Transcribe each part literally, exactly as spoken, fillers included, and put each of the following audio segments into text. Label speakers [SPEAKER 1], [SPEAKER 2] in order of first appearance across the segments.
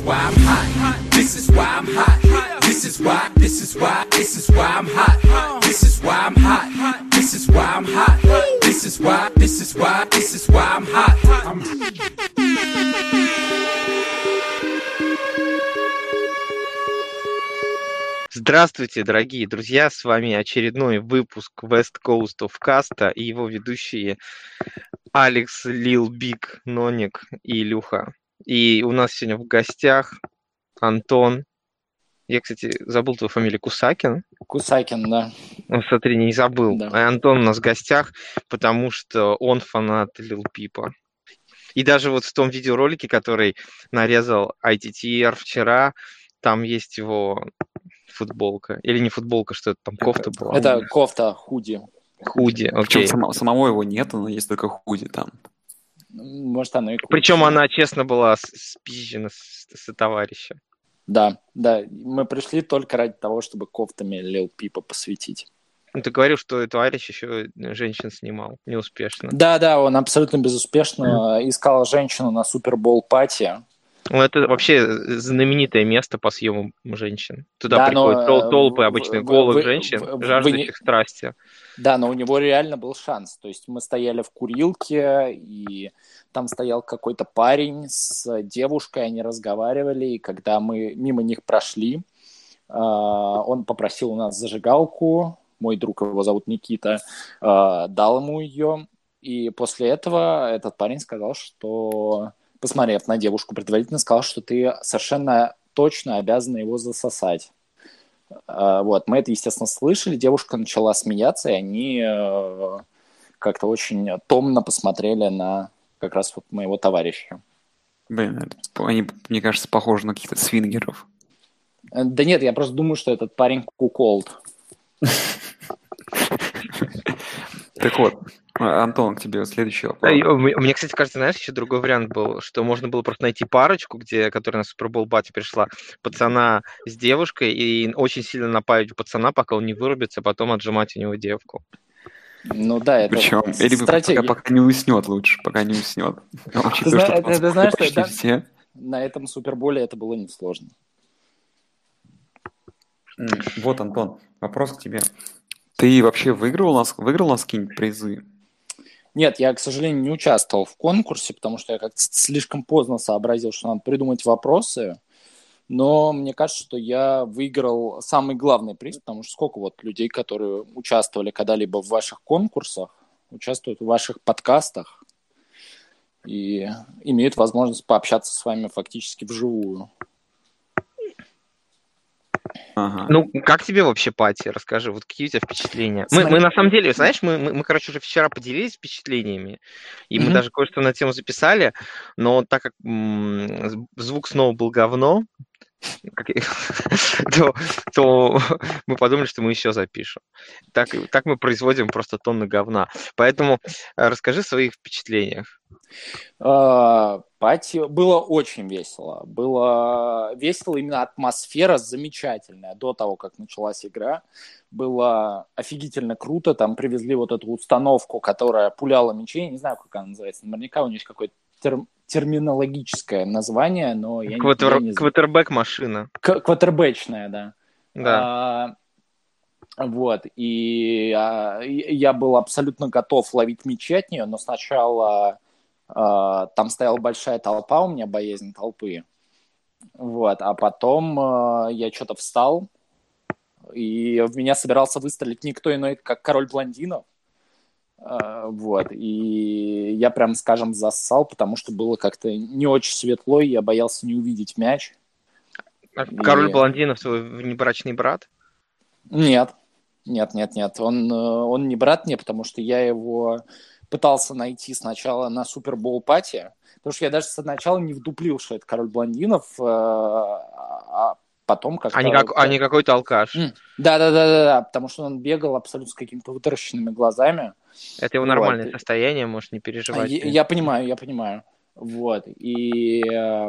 [SPEAKER 1] why I'm hot. This is why I'm hot. This is why, this is why, this is why I'm hot. This is why I'm hot. This is why I'm hot. This is why, this is why, this is why I'm hot. I'm...
[SPEAKER 2] Здравствуйте, дорогие друзья, с вами очередной выпуск West Coast of Cast и его ведущие Алекс, Лил, Биг, Ноник и Илюха. И у нас сегодня в гостях Антон. Я, кстати, забыл твою фамилию, Кусакин.
[SPEAKER 3] Кусакин, да.
[SPEAKER 2] Ну, смотри, не забыл.
[SPEAKER 3] Да.
[SPEAKER 2] А Антон у нас в гостях, потому что он фанат Лил Пипа. И даже вот в том видеоролике, который нарезал ай ти ти ар вчера, там есть его футболка. Или не футболка, что это там, кофта была?
[SPEAKER 3] Это кофта, худи.
[SPEAKER 2] Худи, окей.
[SPEAKER 4] Причем само, самого его нет, но есть только худи там.
[SPEAKER 3] Может, оно и круче.
[SPEAKER 2] Причем она, честно, была спизжена с, с товарища.
[SPEAKER 3] Да, да. Мы пришли только ради того, чтобы кофтами Лил Пипа посвятить.
[SPEAKER 2] Ну, ты говорил, что товарищ еще женщин снимал неуспешно.
[SPEAKER 3] Да, да, он абсолютно безуспешно mm. искал женщину на супербол-пати.
[SPEAKER 2] Ну, это вообще знаменитое место по съемам женщин. Туда да, приходят но, толпы обычных голых вы, женщин, вы, жаждущих вы... страсти.
[SPEAKER 3] Да, но у него реально был шанс. То есть мы стояли в курилке, и там стоял какой-то парень с девушкой, они разговаривали, и когда мы мимо них прошли, он попросил у нас зажигалку, мой друг, его зовут Никита, дал ему ее, и после этого этот парень сказал, что... посмотрев на девушку предварительно, сказал, что ты совершенно точно обязана его засосать. Вот, мы это, естественно, слышали, девушка начала смеяться, и они как-то очень томно посмотрели на как раз вот моего товарища.
[SPEAKER 4] Блин, они, мне кажется, похожи на каких-то свингеров.
[SPEAKER 3] Да нет, я просто думаю, что этот парень куколд.
[SPEAKER 4] Так вот, Антон, к тебе следующий вопрос.
[SPEAKER 2] Мне, кстати, кажется, знаешь, еще другой вариант был, что можно было просто найти парочку, где, которая на Супербол Бати пришла, пацана с девушкой, и очень сильно напаять пацана, пока он не вырубится, а потом отжимать у него девку.
[SPEAKER 3] Ну да, это
[SPEAKER 4] Причем, или
[SPEAKER 3] стратегия.
[SPEAKER 4] Пока, пока не уснет лучше, пока не уснет.
[SPEAKER 3] Ты, зна- что ты, ты знаешь, что да, все. На этом Суперболе это было несложно.
[SPEAKER 4] Вот, Антон, вопрос к тебе. Ты вообще выиграл у нас, выиграл у нас какие-нибудь призы?
[SPEAKER 3] Нет, я, к сожалению, не участвовал в конкурсе, потому что я как-то слишком поздно сообразил, что надо придумать вопросы. Но мне кажется, что я выиграл самый главный приз, потому что сколько вот людей, которые участвовали когда-либо в ваших конкурсах, участвуют в ваших подкастах и имеют возможность пообщаться с вами фактически вживую.
[SPEAKER 2] Ага. Ну, как тебе вообще пати? Расскажи, вот какие у тебя впечатления? Мы, мы на самом деле, знаешь, мы, мы, мы, короче, уже вчера поделились впечатлениями, и mm-hmm. мы даже кое-что на тему записали, но так как м- звук снова был говно, то, то мы подумали, что мы еще запишем. Так, так мы производим просто тонны говна. Поэтому расскажи о своих впечатлениях.
[SPEAKER 3] Пати было очень весело. Было весело, именно атмосфера замечательная до того, как началась игра. Было офигительно круто. Там привезли вот эту установку, которая пуляла мячи. Я не знаю, как она называется. Наверняка у нее есть какой-то терм... терминологическое название, но я,
[SPEAKER 2] Квотер...
[SPEAKER 3] я не знаю.
[SPEAKER 2] Квотербэк-машина.
[SPEAKER 3] К- квотербэчная, да.
[SPEAKER 2] Да.
[SPEAKER 3] А, вот. И а, я был абсолютно готов ловить мячи от нее, но сначала... Uh, там стояла большая толпа, у меня боязнь толпы. Вот. А потом uh, я что-то встал, и в меня собирался выстрелить никто иной, как король блондинов. Uh, вот. И я прям, скажем, зассал, потому что было как-то не очень светло, и я боялся не увидеть мяч.
[SPEAKER 2] А и... Король блондинов твой внебрачный брат?
[SPEAKER 3] Нет. Нет, нет, нет. Он, он не брат мне, потому что я его... пытался найти сначала на Супербол Пати, потому что я даже сначала не вдуплил, что это король блондинов, а потом как-то...
[SPEAKER 2] А не, как, а не какой-то алкаш.
[SPEAKER 3] Да-да-да, потому что он бегал абсолютно с какими-то вытаращенными глазами.
[SPEAKER 2] Это его нормальное вот. Состояние, можешь не переживать.
[SPEAKER 3] Я, я понимаю, я понимаю. Вот, и...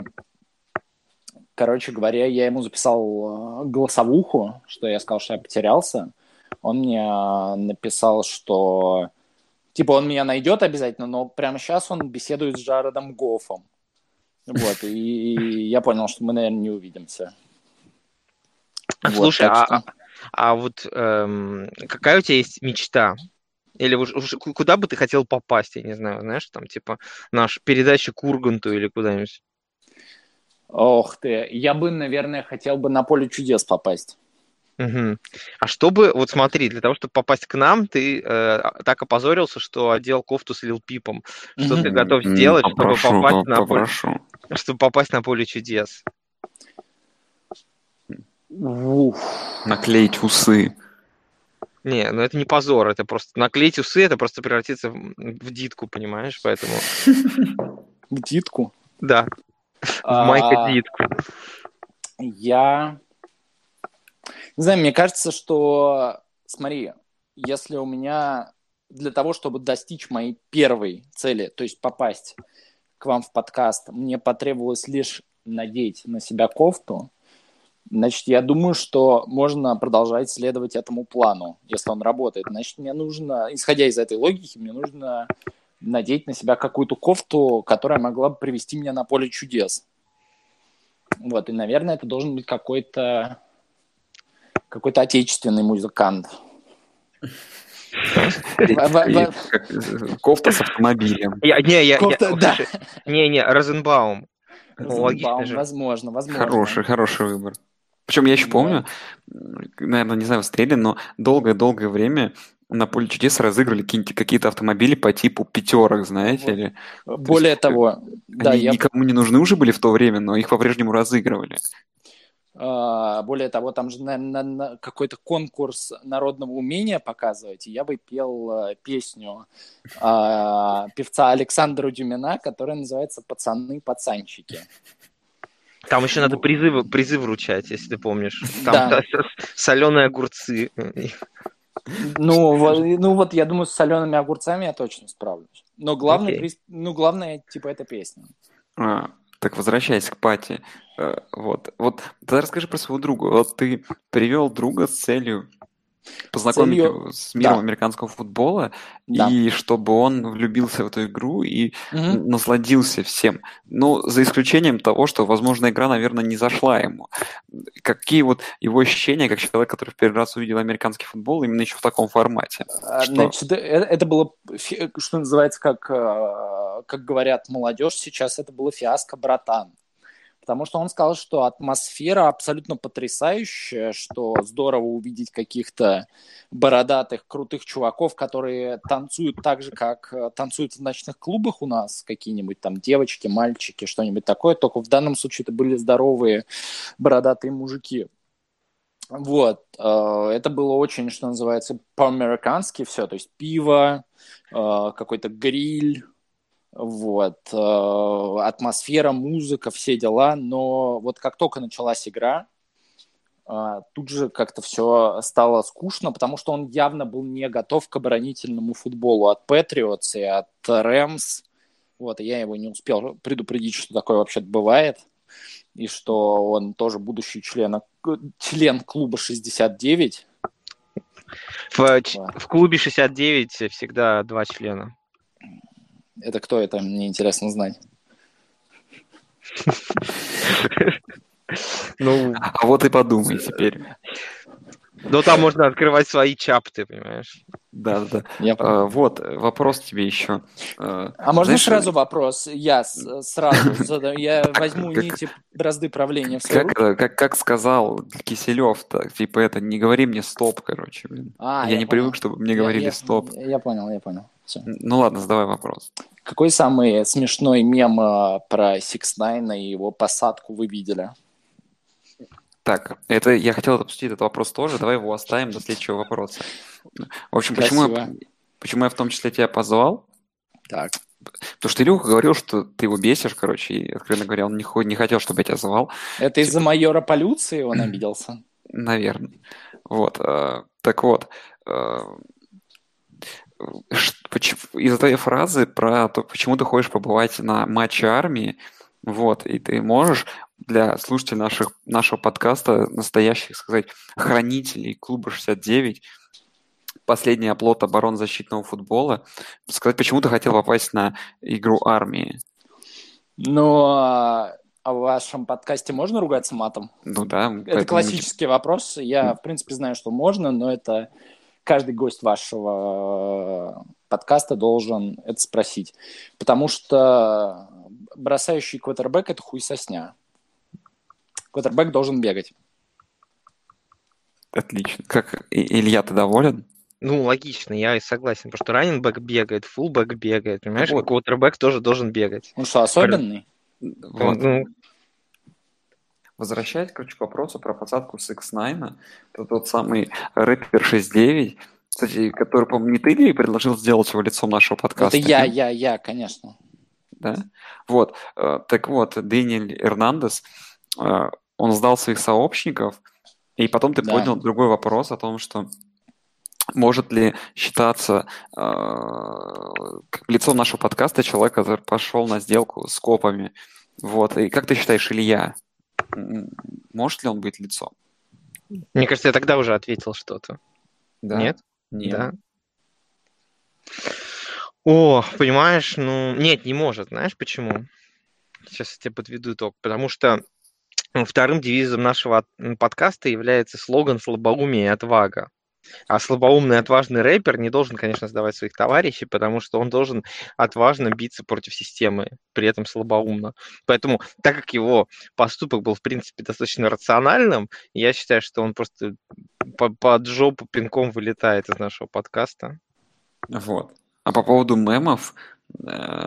[SPEAKER 3] Короче говоря, я ему записал голосовуху, что я сказал, что я потерялся. Он мне написал, что... Типа он меня найдет обязательно, но прямо сейчас он беседует с Джаредом Гоффом. Вот, и я понял, что мы, наверное, не увидимся. Вот,
[SPEAKER 2] Слушай,
[SPEAKER 3] так
[SPEAKER 2] а,
[SPEAKER 3] что...
[SPEAKER 2] а- а вот эм, какая у тебя есть мечта? Или уж, уж ку- куда бы ты хотел попасть, я не знаю, знаешь, там, типа, наш передача к Урганту или куда-нибудь.
[SPEAKER 3] Ох ты, я бы, наверное, хотел бы на поле чудес попасть.
[SPEAKER 2] Мгм. А чтобы, вот смотри, для того, чтобы попасть к нам, ты э, а- так опозорился, что одел кофту с Лил Пипом. Что ты
[SPEAKER 3] Мгм.
[SPEAKER 2] готов
[SPEAKER 4] М, м,
[SPEAKER 2] сделать, чтобы
[SPEAKER 4] Попрошу,
[SPEAKER 2] попасть
[SPEAKER 4] по-
[SPEAKER 2] на поле,
[SPEAKER 4] попрошу.
[SPEAKER 2] чтобы попасть на поле чудес?
[SPEAKER 3] Уф.
[SPEAKER 4] Наклеить усы.
[SPEAKER 2] Не, ну это не позор, это просто наклеить усы, это просто превратиться в, в дитку, понимаешь? Поэтому,
[SPEAKER 3] Дитку.
[SPEAKER 2] да, в Майка
[SPEAKER 3] А,
[SPEAKER 2] дитку.
[SPEAKER 3] я... Не знаю, мне кажется, что... Смотри, если у меня для того, чтобы достичь моей первой цели, то есть попасть к вам в подкаст, мне потребовалось лишь надеть на себя кофту, значит, я думаю, что можно продолжать следовать этому плану, если он работает. Значит, мне нужно, исходя из этой логики, мне нужно надеть на себя какую-то кофту, которая могла бы привести меня на поле чудес. Вот, и, наверное, это должен быть какой-то какой-то отечественный музыкант.
[SPEAKER 4] И-
[SPEAKER 3] В- в-
[SPEAKER 4] и
[SPEAKER 3] в-
[SPEAKER 4] как, э, Кофта с автомобилем.
[SPEAKER 2] Я, не, я, я,
[SPEAKER 3] Кофта,
[SPEAKER 2] о,
[SPEAKER 3] да.
[SPEAKER 2] слушай, не, не, Розенбаум. Ну, логично
[SPEAKER 3] Розенбаум,
[SPEAKER 2] же.
[SPEAKER 3] возможно, возможно.
[SPEAKER 4] Хороший, хороший выбор. Причем я еще помню,
[SPEAKER 3] Вот.
[SPEAKER 4] м, наверное, не знаю, стрели, но долгое-долгое время на поле чудес разыгрывали какие-то, какие-то автомобили по типу пятерок, знаете
[SPEAKER 3] Вот.
[SPEAKER 4] ли. То есть
[SPEAKER 3] Более
[SPEAKER 4] э,
[SPEAKER 3] того, да,
[SPEAKER 4] они
[SPEAKER 3] я
[SPEAKER 4] никому не нужны уже были в то время, но их по-прежнему разыгрывали.
[SPEAKER 3] А, более того, там же, наверное, какой-то конкурс народного умения показывать, и я бы пел э, песню а, певца Александра Дюмина, которая называется «Пацаны-пацанчики».
[SPEAKER 2] Там еще надо
[SPEAKER 3] В-
[SPEAKER 2] призывы, призыв вручать, если ты помнишь. Там
[SPEAKER 3] Да,
[SPEAKER 2] соленые огурцы.
[SPEAKER 3] ну, во- ну вот я думаю, с солеными огурцами я точно справлюсь. Но главный
[SPEAKER 2] Окей.
[SPEAKER 3] приз, ну, главное, типа, это песня.
[SPEAKER 4] А, так возвращаясь к Пати, э, вот, вот, тогда расскажи про своего друга. Вот ты привел друга с целью
[SPEAKER 3] С
[SPEAKER 4] познакомить
[SPEAKER 3] целью...
[SPEAKER 4] его с миром
[SPEAKER 3] Да,
[SPEAKER 4] американского футбола,
[SPEAKER 3] да.
[SPEAKER 4] и чтобы он влюбился в эту игру и
[SPEAKER 3] Мгм.
[SPEAKER 4] н- насладился всем. Ну, за исключением того, что, возможно, игра, наверное, не зашла ему. Какие вот его ощущения, как человек, который в первый раз увидел американский футбол именно еще в таком формате?
[SPEAKER 3] А,
[SPEAKER 4] Что?
[SPEAKER 3] Значит, э- это было, фи- что называется, как, э, как говорят молодежь сейчас, это было фиаско, братан. Потому что он сказал, что атмосфера абсолютно потрясающая, что здорово увидеть каких-то бородатых, крутых чуваков, которые танцуют так же, как э, танцуют в ночных клубах у нас, какие-нибудь там девочки, мальчики, что-нибудь такое, только в данном случае это были здоровые бородатые мужики. Вот, э, это было очень, что называется, по-американски все, то есть пиво, э, какой-то гриль, вот, э, атмосфера, музыка, все дела, но вот как только началась игра, э, тут же как-то все стало скучно, потому что он явно был не готов к оборонительному футболу от Патриотс и от Рэмс, вот, и я его не успел предупредить, что такое вообще-то бывает, и что он тоже будущий член, член клуба шестьдесят девять.
[SPEAKER 2] В, ч- в клубе шестьдесят девять всегда два члена.
[SPEAKER 3] Это кто это? Мне интересно знать.
[SPEAKER 2] Ну,
[SPEAKER 4] А вот и подумай теперь.
[SPEAKER 2] ну там можно открывать свои чапты, понимаешь?
[SPEAKER 4] Да, да.
[SPEAKER 3] Я понял.
[SPEAKER 4] А, вот, вопрос тебе еще. А,
[SPEAKER 3] А можно
[SPEAKER 4] знаешь,
[SPEAKER 3] сразу вопрос? Я с- сразу задам. Я возьму
[SPEAKER 4] как-
[SPEAKER 3] нити бразды правления в свои
[SPEAKER 4] Как,
[SPEAKER 3] руки.
[SPEAKER 4] это- как, как сказал Киселев, так, типа это, не говори мне стоп, короче, блин.
[SPEAKER 3] А,
[SPEAKER 4] я,
[SPEAKER 3] я
[SPEAKER 4] не
[SPEAKER 3] понял.
[SPEAKER 4] привык, чтобы мне
[SPEAKER 3] Я-
[SPEAKER 4] говорили
[SPEAKER 3] я-
[SPEAKER 4] стоп.
[SPEAKER 3] Я понял, я понял. Всё.
[SPEAKER 4] Ну ладно, задавай вопрос.
[SPEAKER 3] Какой самый смешной мем э, про Сикс Найн и его посадку вы видели?
[SPEAKER 4] Так, это я хотел обсудить этот вопрос тоже, давай его оставим до следующего вопроса. В общем, почему я,
[SPEAKER 3] Красиво.
[SPEAKER 4] почему я в том числе тебя позвал?
[SPEAKER 3] Так.
[SPEAKER 4] Потому что Илюха говорил, что ты его бесишь, короче, и, откровенно говоря, он не, хо- не хотел, чтобы я тебя звал.
[SPEAKER 3] Это из-за майора полюции он обиделся?
[SPEAKER 4] Наверное. Вот. э, Так вот. э, ш- поч- Из-за твоей фразы про то, почему ты хочешь побывать на матче армии, вот, и ты можешь для слушателей наших, нашего подкаста, настоящих, сказать, хранителей клуба шестьдесят девять, последний оплот оборонно-защитного футбола, сказать, почему ты хотел попасть на игру армии.
[SPEAKER 3] Но а в вашем подкасте можно ругаться матом?
[SPEAKER 4] Ну да.
[SPEAKER 3] Это
[SPEAKER 4] поэтому мы-
[SPEAKER 3] классический вопрос. Я, в принципе, знаю, что можно, но это каждый гость вашего подкаста должен это спросить. Потому что бросающий квотербек – это хуйсосня. Квотербек должен бегать.
[SPEAKER 4] Отлично. Как И- Илья, ты доволен?
[SPEAKER 2] Ну, логично, я и согласен, потому что раннинбэк бегает, фулбэк бегает, понимаешь,
[SPEAKER 4] Вот.
[SPEAKER 2] и квотербек тоже должен бегать.
[SPEAKER 3] Он что, особенный?
[SPEAKER 4] Вот.
[SPEAKER 2] Ну,
[SPEAKER 4] Возвращаясь, короче, к вопросу про посадку Six Nine, это тот самый рэпер шесть девять, кстати, который, по-моему, не ты ли предложил сделать его лицом нашего подкаста?
[SPEAKER 3] Это я,
[SPEAKER 4] нет?
[SPEAKER 3] я, я, конечно.
[SPEAKER 4] Да? Вот. э, Так вот, Дэниэль Эрнандес, э, он сдал своих сообщников, и потом ты
[SPEAKER 3] Да.
[SPEAKER 4] поднял другой вопрос о том, что может ли считаться э, как лицом нашего подкаста человек, который пошел на сделку с копами. Вот. И как ты считаешь, Илья, м, может ли он быть лицом?
[SPEAKER 2] мне кажется, я тогда уже ответил что-то. Нет?
[SPEAKER 4] Нет.
[SPEAKER 2] Да. О, понимаешь, ну, нет, не может. Знаешь почему? Сейчас я тебе подведу итог. Потому что м, вторым девизом нашего от- м, подкаста является слоган «Слабоумие и отвага». А слабоумный и отважный рэпер не должен, конечно, сдавать своих товарищей, потому что он должен отважно биться против системы, при этом слабоумно. Поэтому, так как его поступок был, в принципе, достаточно рациональным, я считаю, что он просто по- под жопу пинком вылетает из нашего подкаста.
[SPEAKER 4] Вот. А по поводу мемов, э,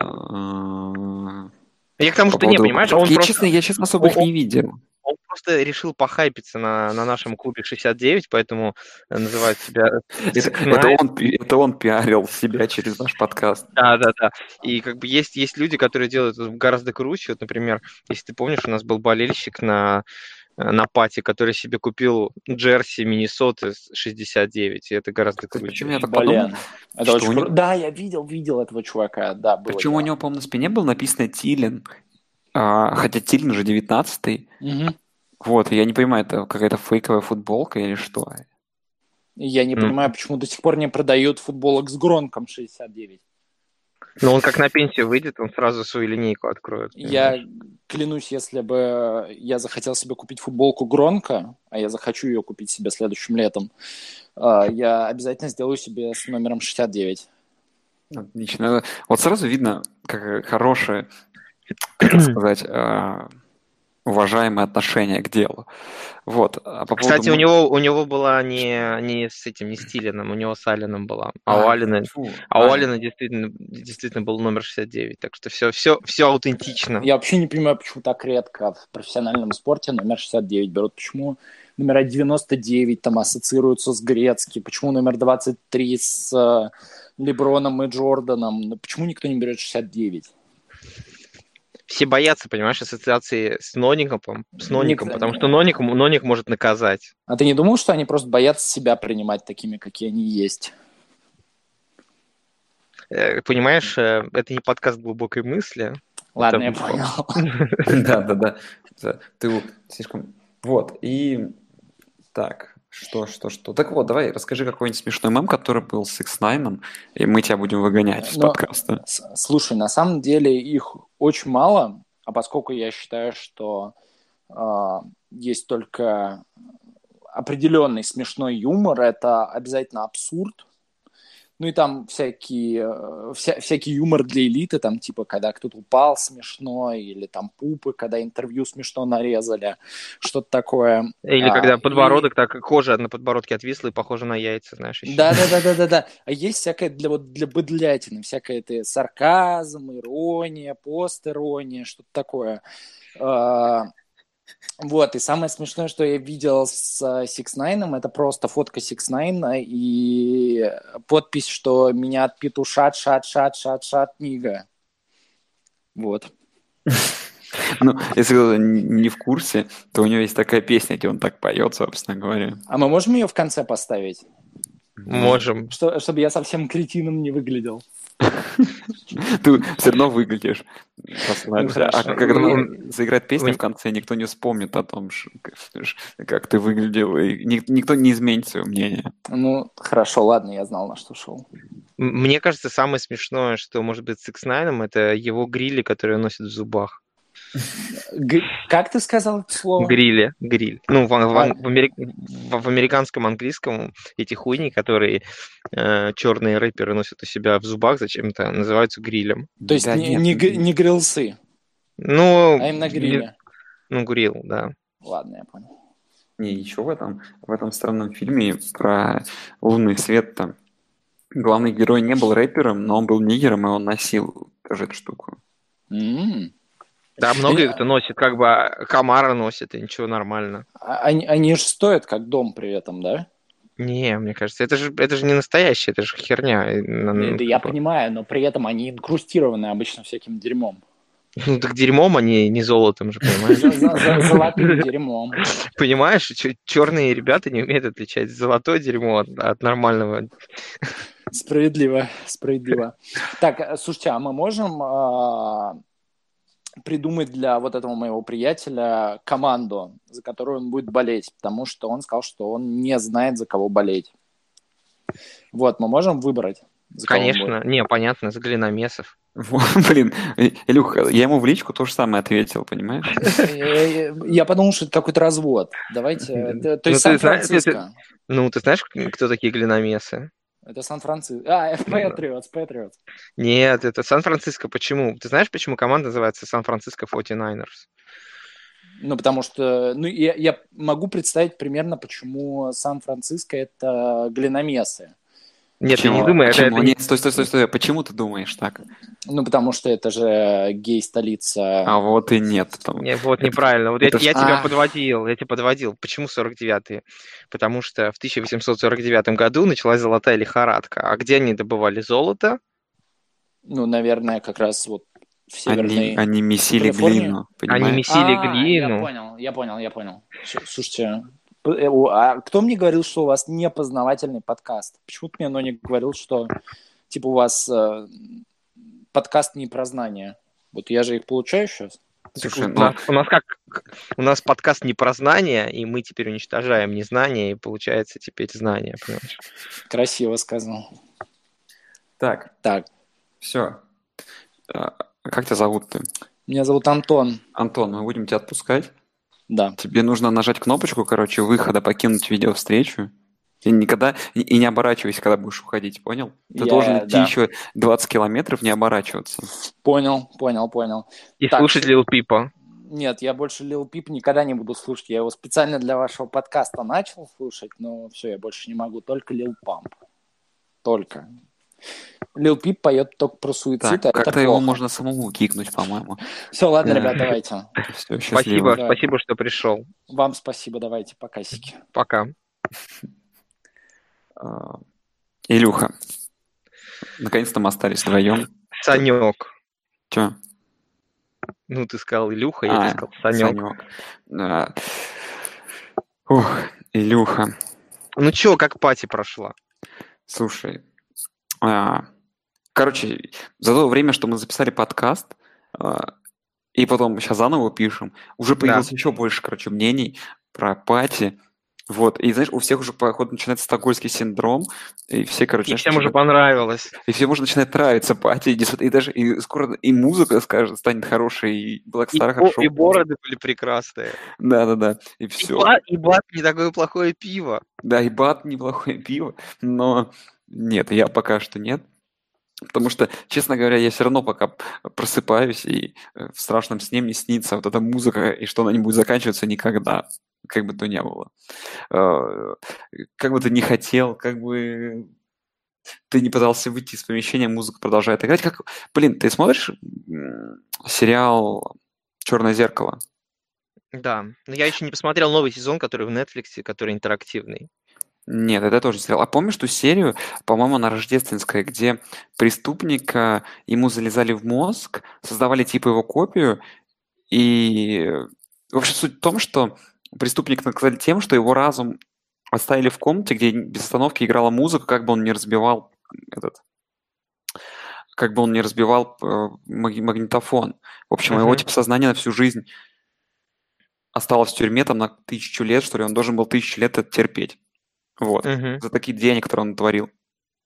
[SPEAKER 2] Я к тому,
[SPEAKER 4] по
[SPEAKER 2] что не,
[SPEAKER 4] поводу...
[SPEAKER 2] понимаешь, он
[SPEAKER 4] я,
[SPEAKER 2] просто...
[SPEAKER 4] честно, я, честно, особо их
[SPEAKER 2] он-
[SPEAKER 4] не видел.
[SPEAKER 2] Он просто решил похайпиться на, на нашем клубе шестьдесят девять, поэтому называет себя
[SPEAKER 4] Это,
[SPEAKER 2] Six
[SPEAKER 4] это
[SPEAKER 2] Nine.
[SPEAKER 4] он, пи- это он пиарил себя через наш подкаст.
[SPEAKER 2] Да, да, да. И как бы есть, есть люди, которые делают это гораздо круче. Вот, например, если ты помнишь, у нас был болельщик на, на пати, который себе купил джерси Миннесоты шестьдесят девять, и это гораздо
[SPEAKER 4] Кстати,
[SPEAKER 2] круче.
[SPEAKER 4] почему я так подумал?
[SPEAKER 3] Блин, это
[SPEAKER 4] что
[SPEAKER 3] очень
[SPEAKER 4] у него-
[SPEAKER 3] круто. Да, я видел, видел этого чувака. Да, было
[SPEAKER 4] Причем у
[SPEAKER 3] дело.
[SPEAKER 4] него, по-моему, на спине было написано Тилин, а, хотя Тилин уже девятнадцатый.
[SPEAKER 3] Мгм.
[SPEAKER 4] Вот, и я не понимаю, это какая-то фейковая футболка или что?
[SPEAKER 3] Я не
[SPEAKER 2] Ну.
[SPEAKER 3] понимаю, почему до сих пор не продают футболок с Гронком шестьдесят девять.
[SPEAKER 2] Но он как на пенсию выйдет, он сразу свою линейку откроет.
[SPEAKER 3] Я
[SPEAKER 2] понимаешь?
[SPEAKER 3] клянусь, если бы я захотел себе купить футболку Гронка, а я захочу ее купить себе следующим летом, а, я обязательно сделаю себе с номером шестьдесят девять.
[SPEAKER 4] Отлично. Вот сразу видно, как хорошее, как это сказать, а, уважаемое отношение к делу. Вот. А по
[SPEAKER 2] Кстати,
[SPEAKER 4] поводу
[SPEAKER 2] у
[SPEAKER 4] м-
[SPEAKER 2] него, у него была не, не с этим, не с Тилином, у него с Алленом была. А, у
[SPEAKER 4] А,
[SPEAKER 2] Аллена,
[SPEAKER 4] фу,
[SPEAKER 2] а у
[SPEAKER 4] Ален.
[SPEAKER 2] Аллена действительно, действительно был номер шестьдесят девять. Так что все, все, все аутентично.
[SPEAKER 3] Я вообще не понимаю, почему так редко в профессиональном спорте номер шестьдесят девять берут. Почему номера девяносто девять там ассоциируются с Грецки? Почему номер двадцать три с э, Леброном и Джорданом? Ну, почему никто не берет шестьдесят девять?
[SPEAKER 2] Все боятся, понимаешь, ассоциации с Ноником, с Ноником,
[SPEAKER 3] Ник-
[SPEAKER 2] потому что Ноник, Ноник может наказать.
[SPEAKER 3] А ты не думал, что они просто боятся себя принимать такими, какие они есть?
[SPEAKER 2] Э, Понимаешь, э, это не подкаст глубокой мысли.
[SPEAKER 3] Ладно, я
[SPEAKER 2] Это-
[SPEAKER 3] понял.
[SPEAKER 4] Да, да, да. Да, ты слишком... Вот, и... Так, что, что, что? Так вот, давай, расскажи какой-нибудь смешной мем, который был с Six Nine, и мы тебя будем выгонять из
[SPEAKER 3] Но-
[SPEAKER 4] подкаста.
[SPEAKER 3] С- Слушай, на самом деле их очень мало, а поскольку я считаю, что э, есть только определенный смешной юмор, это обязательно абсурд. Ну и там всякие, э, вся, всякий юмор для элиты, там типа, когда кто-то упал смешно, или там пупы, когда интервью смешно нарезали, что-то такое.
[SPEAKER 2] Или
[SPEAKER 3] А,
[SPEAKER 2] когда
[SPEAKER 3] и-
[SPEAKER 2] подбородок, так кожа на подбородке отвисла и похожа на яйца, знаешь, еще.
[SPEAKER 3] Да, да, да, да, да, да. А есть всякое для вот для быдлятины, всякое это сарказм, ирония, пост-ирония, что-то такое. А, Вот, и самое смешное, что я видел с Six Nine, это просто фотка Six Nine и подпись, что меня отпетушат, шат, шат, шат, шат, нига. Вот.
[SPEAKER 4] Ну, если кто-то не в курсе, то у него есть такая песня, где он так поет, собственно говоря.
[SPEAKER 3] А мы можем ее в конце поставить?
[SPEAKER 2] Можем.
[SPEAKER 3] Что, чтобы я совсем кретином не выглядел.
[SPEAKER 4] Ты все равно выглядишь.
[SPEAKER 3] Ну, хорошо.
[SPEAKER 4] А когда
[SPEAKER 2] Ну,
[SPEAKER 4] заиграет песня
[SPEAKER 2] вы-
[SPEAKER 4] в конце, никто не вспомнит о том, ш- ш- как ты выглядел, и ни- никто не изменит свое мнение.
[SPEAKER 3] Ну, хорошо, ладно, я знал, на что шел.
[SPEAKER 2] М- Мне кажется, самое смешное, что может быть с сикс найн, это его грили, которые он носит в зубах.
[SPEAKER 3] Г- Как ты сказал это слово?
[SPEAKER 2] Грили, гриль. Ну, в, ан- в
[SPEAKER 3] А,
[SPEAKER 2] ан- в амери- в- в американском английском эти хуйни, которые черные рэперы носят у себя в зубах, зачем-то называются грилем.
[SPEAKER 3] То есть
[SPEAKER 4] Да
[SPEAKER 3] не,
[SPEAKER 4] нет,
[SPEAKER 3] не, г-
[SPEAKER 4] н-
[SPEAKER 3] не грилсы,
[SPEAKER 2] Ну,
[SPEAKER 3] а именно
[SPEAKER 2] гли-
[SPEAKER 3] грили.
[SPEAKER 2] ну, грил, да.
[SPEAKER 3] Ладно, я понял.
[SPEAKER 4] не, еще в этом, в этом странном фильме про лунный свет там главный герой не был рэпером, но он был нигером, и он носил тоже эту штуку.
[SPEAKER 3] М.
[SPEAKER 2] Да,
[SPEAKER 3] Они,
[SPEAKER 2] многие кто носит, как бы а, Камара носит, и ничего, нормально.
[SPEAKER 3] а- они, они же стоят как дом при этом, да?
[SPEAKER 2] Не, мне кажется, это же, это же не настоящее, это же херня. И,
[SPEAKER 3] Да,
[SPEAKER 2] ну,
[SPEAKER 3] да я
[SPEAKER 2] типа,
[SPEAKER 3] понимаю, но при этом они инкрустированы обычно всяким дерьмом.
[SPEAKER 2] ну, так дерьмом, а не, не золотом же, понимаешь?
[SPEAKER 3] За- за- за- Золотым дерьмом.
[SPEAKER 2] Понимаешь, черные ребята не умеют отличать золотое дерьмо от, от нормального.
[SPEAKER 3] Справедливо, справедливо. Так, э, слушайте, а мы можем а, придумать для вот этого моего приятеля команду, за которую он будет болеть, потому что он сказал, что он не знает, за кого болеть. Вот, мы можем выбрать, за кого он будет.
[SPEAKER 2] Конечно, не, понятно, за глиномесов.
[SPEAKER 4] Вот, блин, И- Илюха, я ему в личку то же самое ответил, понимаешь?
[SPEAKER 3] Э, Я подумал, что это какой-то развод. Давайте, э, то то
[SPEAKER 2] Ну,
[SPEAKER 3] есть
[SPEAKER 2] ты знаешь, ты- ты-
[SPEAKER 3] Сан-Франциско.
[SPEAKER 2] ну, ты знаешь, кто такие глиномесы?
[SPEAKER 3] Это Сан-Франциско. А, Патриотс, Патриотс.
[SPEAKER 2] Нет, это Сан-Франциско. Почему? Ты знаешь, почему команда называется Сан-Франциско форти найнерс?
[SPEAKER 3] Ну, потому что, ну, я, я могу представить примерно, почему Сан-Франциско это глиномесы.
[SPEAKER 2] Нет, ты не
[SPEAKER 4] Почему?
[SPEAKER 2] думай, это,
[SPEAKER 4] Почему?
[SPEAKER 2] это не-
[SPEAKER 4] Нет, стой, стой, стой, стой. Почему ты думаешь так?
[SPEAKER 3] Ну, потому что это же гей-столица.
[SPEAKER 4] А вот и нет. Там-
[SPEAKER 2] Не, вот
[SPEAKER 4] это-
[SPEAKER 2] неправильно. Вот я,
[SPEAKER 4] это ж-
[SPEAKER 2] я тебя
[SPEAKER 3] А.
[SPEAKER 2] подводил, я тебя подводил. Почему сорок девятые? Потому что в тысяча восемьсот сорок девятом году началась золотая лихорадка. А где они добывали золото?
[SPEAKER 3] Ну, наверное, как раз вот в Северной...
[SPEAKER 4] Они, они месили
[SPEAKER 3] Калифорнии?
[SPEAKER 4] глину,
[SPEAKER 2] Они
[SPEAKER 4] понимаешь?
[SPEAKER 2] месили
[SPEAKER 3] А,
[SPEAKER 2] глину.
[SPEAKER 3] я понял, я понял, я понял. С- Слушайте, п- э, о, а кто мне говорил, что у вас не познавательный подкаст? Почему-то мне Ноник говорил, что типа у вас э, подкаст не про знания. Вот я же их получаю сейчас.
[SPEAKER 4] Слушай,
[SPEAKER 2] у,
[SPEAKER 4] ну,
[SPEAKER 2] нас, у нас как? У нас подкаст не про знания, и мы теперь уничтожаем незнание, и получается теперь знание, понимаешь?
[SPEAKER 3] Красиво сказал.
[SPEAKER 4] так,
[SPEAKER 3] Так,
[SPEAKER 4] все. Как тебя зовут ты?
[SPEAKER 3] меня зовут Антон.
[SPEAKER 4] Антон, мы будем тебя отпускать.
[SPEAKER 3] Да.
[SPEAKER 4] Тебе нужно нажать кнопочку, короче, выхода, покинуть видеовстречу. И никогда и и не оборачивайся, когда будешь уходить, понял? Ты
[SPEAKER 3] Я-
[SPEAKER 4] должен идти
[SPEAKER 3] да.
[SPEAKER 4] еще двадцать километров, не оборачиваться.
[SPEAKER 3] Понял, понял, понял.
[SPEAKER 2] И
[SPEAKER 3] Так,
[SPEAKER 2] слушать Lil Peep.
[SPEAKER 3] Нет, я больше Lil Peep никогда не буду слушать. Я его специально для вашего подкаста начал слушать, но все, я больше не могу. Только Lil Pump. Только. Lil Peep поет только про суицид,
[SPEAKER 4] Так,
[SPEAKER 3] а это
[SPEAKER 4] как-то его
[SPEAKER 3] плохо.
[SPEAKER 4] можно самому кикнуть, по-моему.
[SPEAKER 3] Все, ладно,
[SPEAKER 4] Да.
[SPEAKER 3] ребят, давайте.
[SPEAKER 4] Все,
[SPEAKER 2] Спасибо,
[SPEAKER 4] счастливо.
[SPEAKER 3] Да.
[SPEAKER 2] спасибо, что пришел.
[SPEAKER 3] Вам спасибо, давайте, покасики.
[SPEAKER 2] Пока.
[SPEAKER 4] А, Илюха, наконец-то мы остались вдвоем.
[SPEAKER 2] Санек.
[SPEAKER 4] Че?
[SPEAKER 2] Ну, ты сказал Илюха, я тебе сказал Санек.
[SPEAKER 4] Да. Ух, Илюха.
[SPEAKER 2] Ну чё, как пати прошла?
[SPEAKER 4] Слушай, а, короче, за то время, что мы записали подкаст, а, и потом сейчас заново пишем, уже появилось еще больше, короче, мнений про пати. Вот, и знаешь, у всех уже, походу, начинается стокгольмский синдром, и все, короче...
[SPEAKER 2] И
[SPEAKER 4] знаешь,
[SPEAKER 2] всем уже
[SPEAKER 4] начинают-
[SPEAKER 2] понравилось.
[SPEAKER 4] И всем уже начинает нравиться пати, и, дес- и даже и скоро и музыка скажет, станет хорошей, и
[SPEAKER 2] И,
[SPEAKER 4] Blackstar
[SPEAKER 2] бо-
[SPEAKER 4] хорошо.
[SPEAKER 2] и бороды были прекрасные.
[SPEAKER 4] Да-да-да, и
[SPEAKER 2] И,
[SPEAKER 4] все.
[SPEAKER 2] ба- и бат не такое плохое пиво.
[SPEAKER 4] Да, и бат неплохое пиво, но нет, я пока что нет. Потому что, честно говоря, я все равно пока просыпаюсь, и э, в страшном сне мне снится вот эта музыка, и что она не будет заканчиваться никогда, как бы то ни было. Э, Как бы ты ни хотел, как бы ты не пытался выйти из помещения, музыка продолжает играть. Как, блин, ты смотришь м, сериал «Черное зеркало»?
[SPEAKER 2] Да. Но я еще не посмотрел новый сезон, который в Netflix, который интерактивный.
[SPEAKER 4] Нет, это тоже сериал. А помнишь ту серию, по-моему, она рождественская, где преступника, ему залезали в мозг, создавали типа его копию, и в общем суть в том, что преступника наказали тем, что его разум оставили в комнате, где без остановки играла музыка, как бы он не разбивал этот, как бы он не разбивал э, маг- магнитофон. В общем, его
[SPEAKER 2] Мгм.
[SPEAKER 4] типа сознание на всю жизнь осталось в тюрьме там на тысячу лет, что ли, он должен был тысячу лет это терпеть. Вот.
[SPEAKER 2] Мгм.
[SPEAKER 4] За такие деяния, которые он натворил.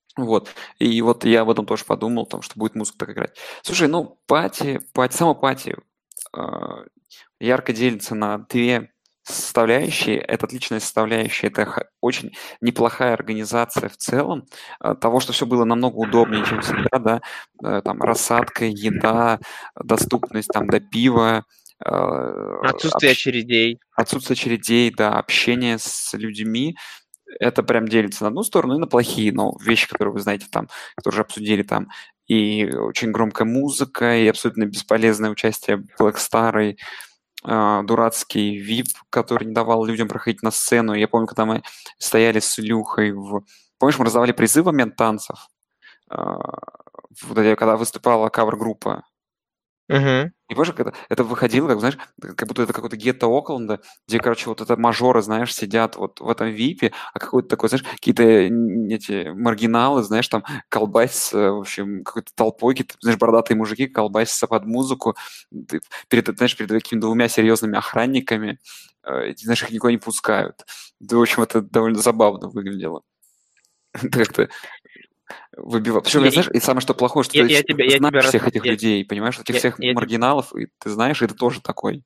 [SPEAKER 4] Вот. И вот я об этом тоже подумал, там, что будет музыка так играть. Слушай, ну, пати, пати, сама пати а, ярко делится на две составляющие. Это отличная составляющая, это х- очень неплохая организация в целом, а, того, что все было намного удобнее, чем всегда, да, Э, там рассадка, еда, доступность там до пива, а,
[SPEAKER 2] Отсутствие
[SPEAKER 4] общ-
[SPEAKER 2] очередей.
[SPEAKER 4] отсутствие очередей, да, общение с людьми, это прям делится на одну сторону и на плохие, но вещи, которые вы знаете там, которые уже обсудили там, и очень громкая музыка, и абсолютно бесполезное участие Black Star, и а, дурацкий ви ай пи, который не давал людям проходить на сцену. Я помню, когда мы стояли с Илюхой в... Помнишь, мы раздавали призы в момент танцев? А, вот это когда выступала кавер-группа.
[SPEAKER 2] Мгм.
[SPEAKER 4] И позже, когда это выходило, как, знаешь, как будто это какое-то гетто Окленда, где, короче, вот это мажоры, знаешь, сидят вот в этом ви ай пи, а какой-то такой, знаешь, какие-то н- эти маргиналы, знаешь, там колбасятся, в общем, какой-то толпой, какие-то, знаешь, бородатые мужики колбасятся под музыку, ты перед, знаешь, перед такими двумя серьезными охранниками, э, эти, знаешь, их никуда не пускают. Да, в общем, это довольно забавно выглядело. Это как-то выбивало. Причем,
[SPEAKER 2] Я,
[SPEAKER 4] я, знаешь, и самое что плохое, что
[SPEAKER 2] я,
[SPEAKER 4] ты
[SPEAKER 2] я
[SPEAKER 4] вс-
[SPEAKER 2] тебя, я
[SPEAKER 4] знаешь
[SPEAKER 2] тебя рас...
[SPEAKER 4] всех этих
[SPEAKER 2] я,
[SPEAKER 4] людей, понимаешь, этих
[SPEAKER 2] я,
[SPEAKER 4] всех
[SPEAKER 2] я, теб-
[SPEAKER 4] маргиналов, и ты знаешь, и ты тоже такой.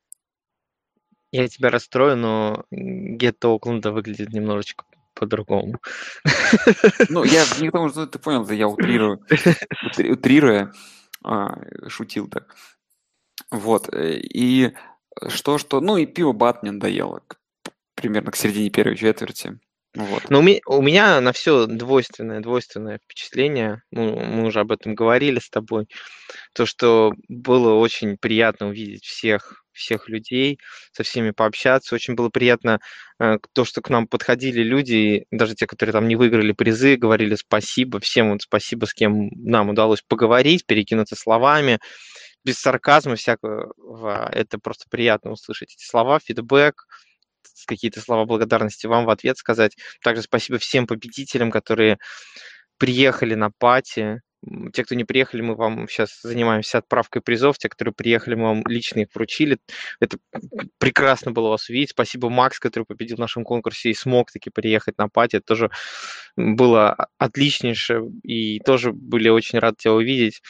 [SPEAKER 2] я тебя расстрою, но гетто Окленда выглядит немножечко по-другому.
[SPEAKER 4] Ну, я не к тому, что ты понял, это я утрирую, утри- утрируя, а, шутил так. Вот. э, И что, что... Ну, и пиво Бат мне надоело к- примерно к середине первой четверти. Вот.
[SPEAKER 2] Но у меня, у меня на все двойственное, двойственное впечатление. Ну, мы уже об этом говорили с тобой. То, что было очень приятно увидеть всех, всех людей, со всеми пообщаться. Очень было приятно э, то, что к нам подходили люди, даже те, которые там не выиграли призы, говорили спасибо. Всем вот спасибо, с кем нам удалось поговорить, перекинуться словами, без сарказма всякого. Это просто приятно услышать эти слова, фидбэк, какие-то слова благодарности вам в ответ сказать. Также спасибо всем победителям, которые приехали на пати. М, Те, кто не приехали, мы вам сейчас занимаемся отправкой призов. Те, которые приехали, мы вам лично их вручили. Это прекрасно было вас увидеть. Спасибо, Макс, который победил в нашем конкурсе и смог таки приехать на пати. Это тоже было о- отличнейше. И тоже были очень рады тебя увидеть.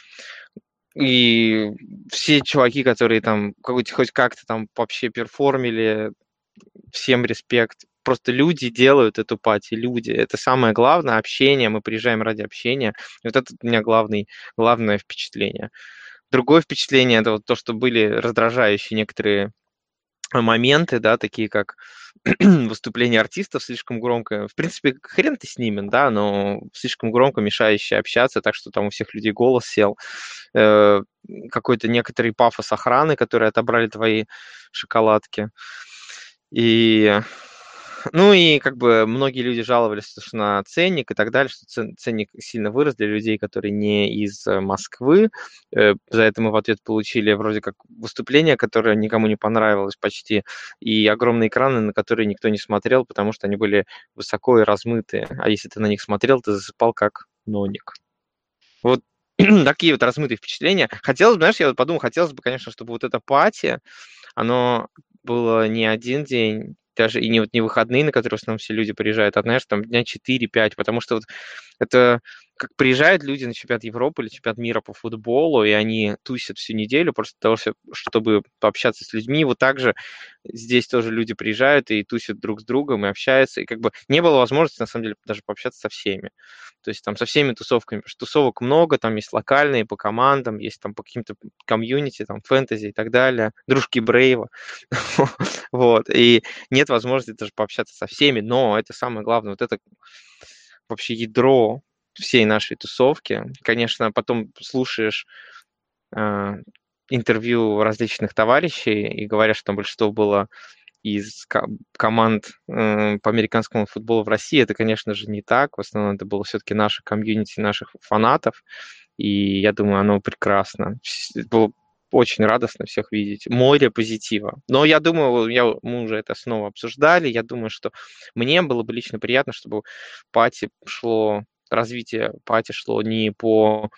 [SPEAKER 2] И все чуваки, которые там какой- хоть как-то там вообще перформили, всем респект. Просто люди делают эту пати, люди. Это самое главное, общение. Мы приезжаем ради общения. И вот это у меня главный, главное впечатление. Другое впечатление – это вот то, что были раздражающие некоторые моменты, да, такие как выступление артистов слишком громко. В принципе, хрен ты с ними, да, но слишком громко, мешающие общаться, так что там у всех людей голос сел. Э, Какой-то некоторый пафос охраны, которые отобрали твои шоколадки. И, ну и как бы многие люди жаловались что на ценник и так далее, что цен- ценник сильно вырос для людей, которые не из э, Москвы. Э, За это мы в ответ получили вроде как выступление, которое никому не понравилось почти, и огромные экраны, на которые никто не смотрел, потому что они были высоко и размытые. А если ты на них смотрел, ты засыпал как ноник. Вот такие вот размытые впечатления. Хотелось бы, знаешь, я вот подумал, хотелось бы, конечно, чтобы вот эта пати, оно было не один день, даже и не вот не выходные, на которые в основном все люди приезжают, а, знаешь, там дня четыре-пять, потому что вот это как приезжают люди на чемпионат Европы или чемпионат мира по футболу, и они тусят всю неделю просто для того, чтоб- чтобы пообщаться с людьми. Вот так же здесь тоже люди приезжают и тусят друг с другом, и общаются, и как бы не было возможности, на самом деле, даже пообщаться со всеми. То есть там со всеми тусовками, потому что тусовок много, там есть локальные по командам, есть там по каким-то комьюнити, там фэнтези и так далее, дружки Брейва, вот, и нет возможности даже пообщаться со всеми, но это самое главное, вот это вообще ядро всей нашей тусовки. Конечно, потом слушаешь э, интервью различных товарищей и говорят, что там большинство было из ко- команд э, по американскому футболу в России. Это, конечно же, не так. В основном это было все-таки наше комьюнити, наших фанатов. И я думаю, оно прекрасно. Вс- Было очень радостно всех видеть. Море позитива. Но я думаю, я, мы уже это снова обсуждали. Я думаю, что мне было бы лично приятно, чтобы пати шло, развитие пати шло не по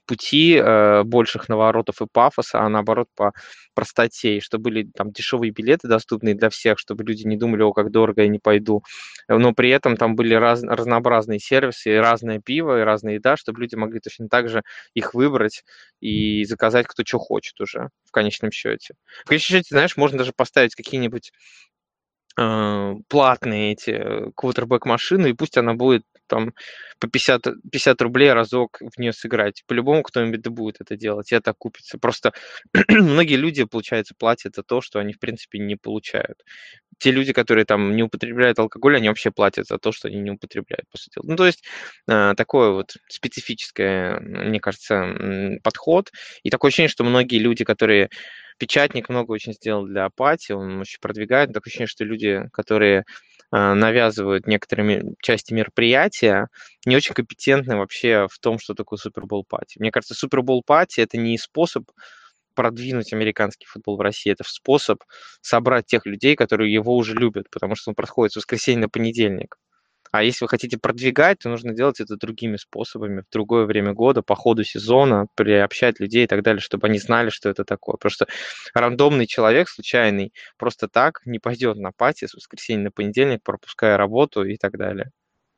[SPEAKER 2] пути э, больших наворотов и пафоса, а наоборот по простоте, и чтобы были там дешевые билеты доступные для всех, чтобы люди не думали, о, как дорого, я не пойду. Но при этом там были раз, разнообразные сервисы, и разное пиво, и разная еда, чтобы люди могли точно так же их выбрать и заказать кто что хочет уже в конечном счете. В конечном счете, знаешь, можно даже поставить какие-нибудь э, платные эти квотербэк-машины, и пусть она будет там по пятьдесят, пятьдесят рублей разок в нее сыграть. По-любому кто-нибудь да будет это делать, и это окупится. Просто многие люди, получается, платят за то, что они, в принципе, не получают. Те люди, которые там не употребляют алкоголь, они вообще платят за то, что они не употребляют, по сути дела. Ну, то есть э, такой вот специфический, мне кажется, м, подход. И такое ощущение, что многие люди, которые... Печатник много очень сделал для апатии, он очень продвигает. Такое ощущение, что люди, которые э, навязывают некоторые части мероприятия, не очень компетентны вообще в том, что такое Супербол пати. Мне кажется, Супербол пати это не способ продвинуть американский футбол в России, это способ собрать тех людей, которые его уже любят, потому что он проходит с воскресенья на понедельник. А если вы хотите продвигать, то нужно делать это другими способами, в другое время года, по ходу сезона, приобщать людей и так далее, чтобы они знали, что это такое. Потому что рандомный человек, случайный, просто так не пойдет на пати с воскресенья на понедельник, пропуская работу и так далее.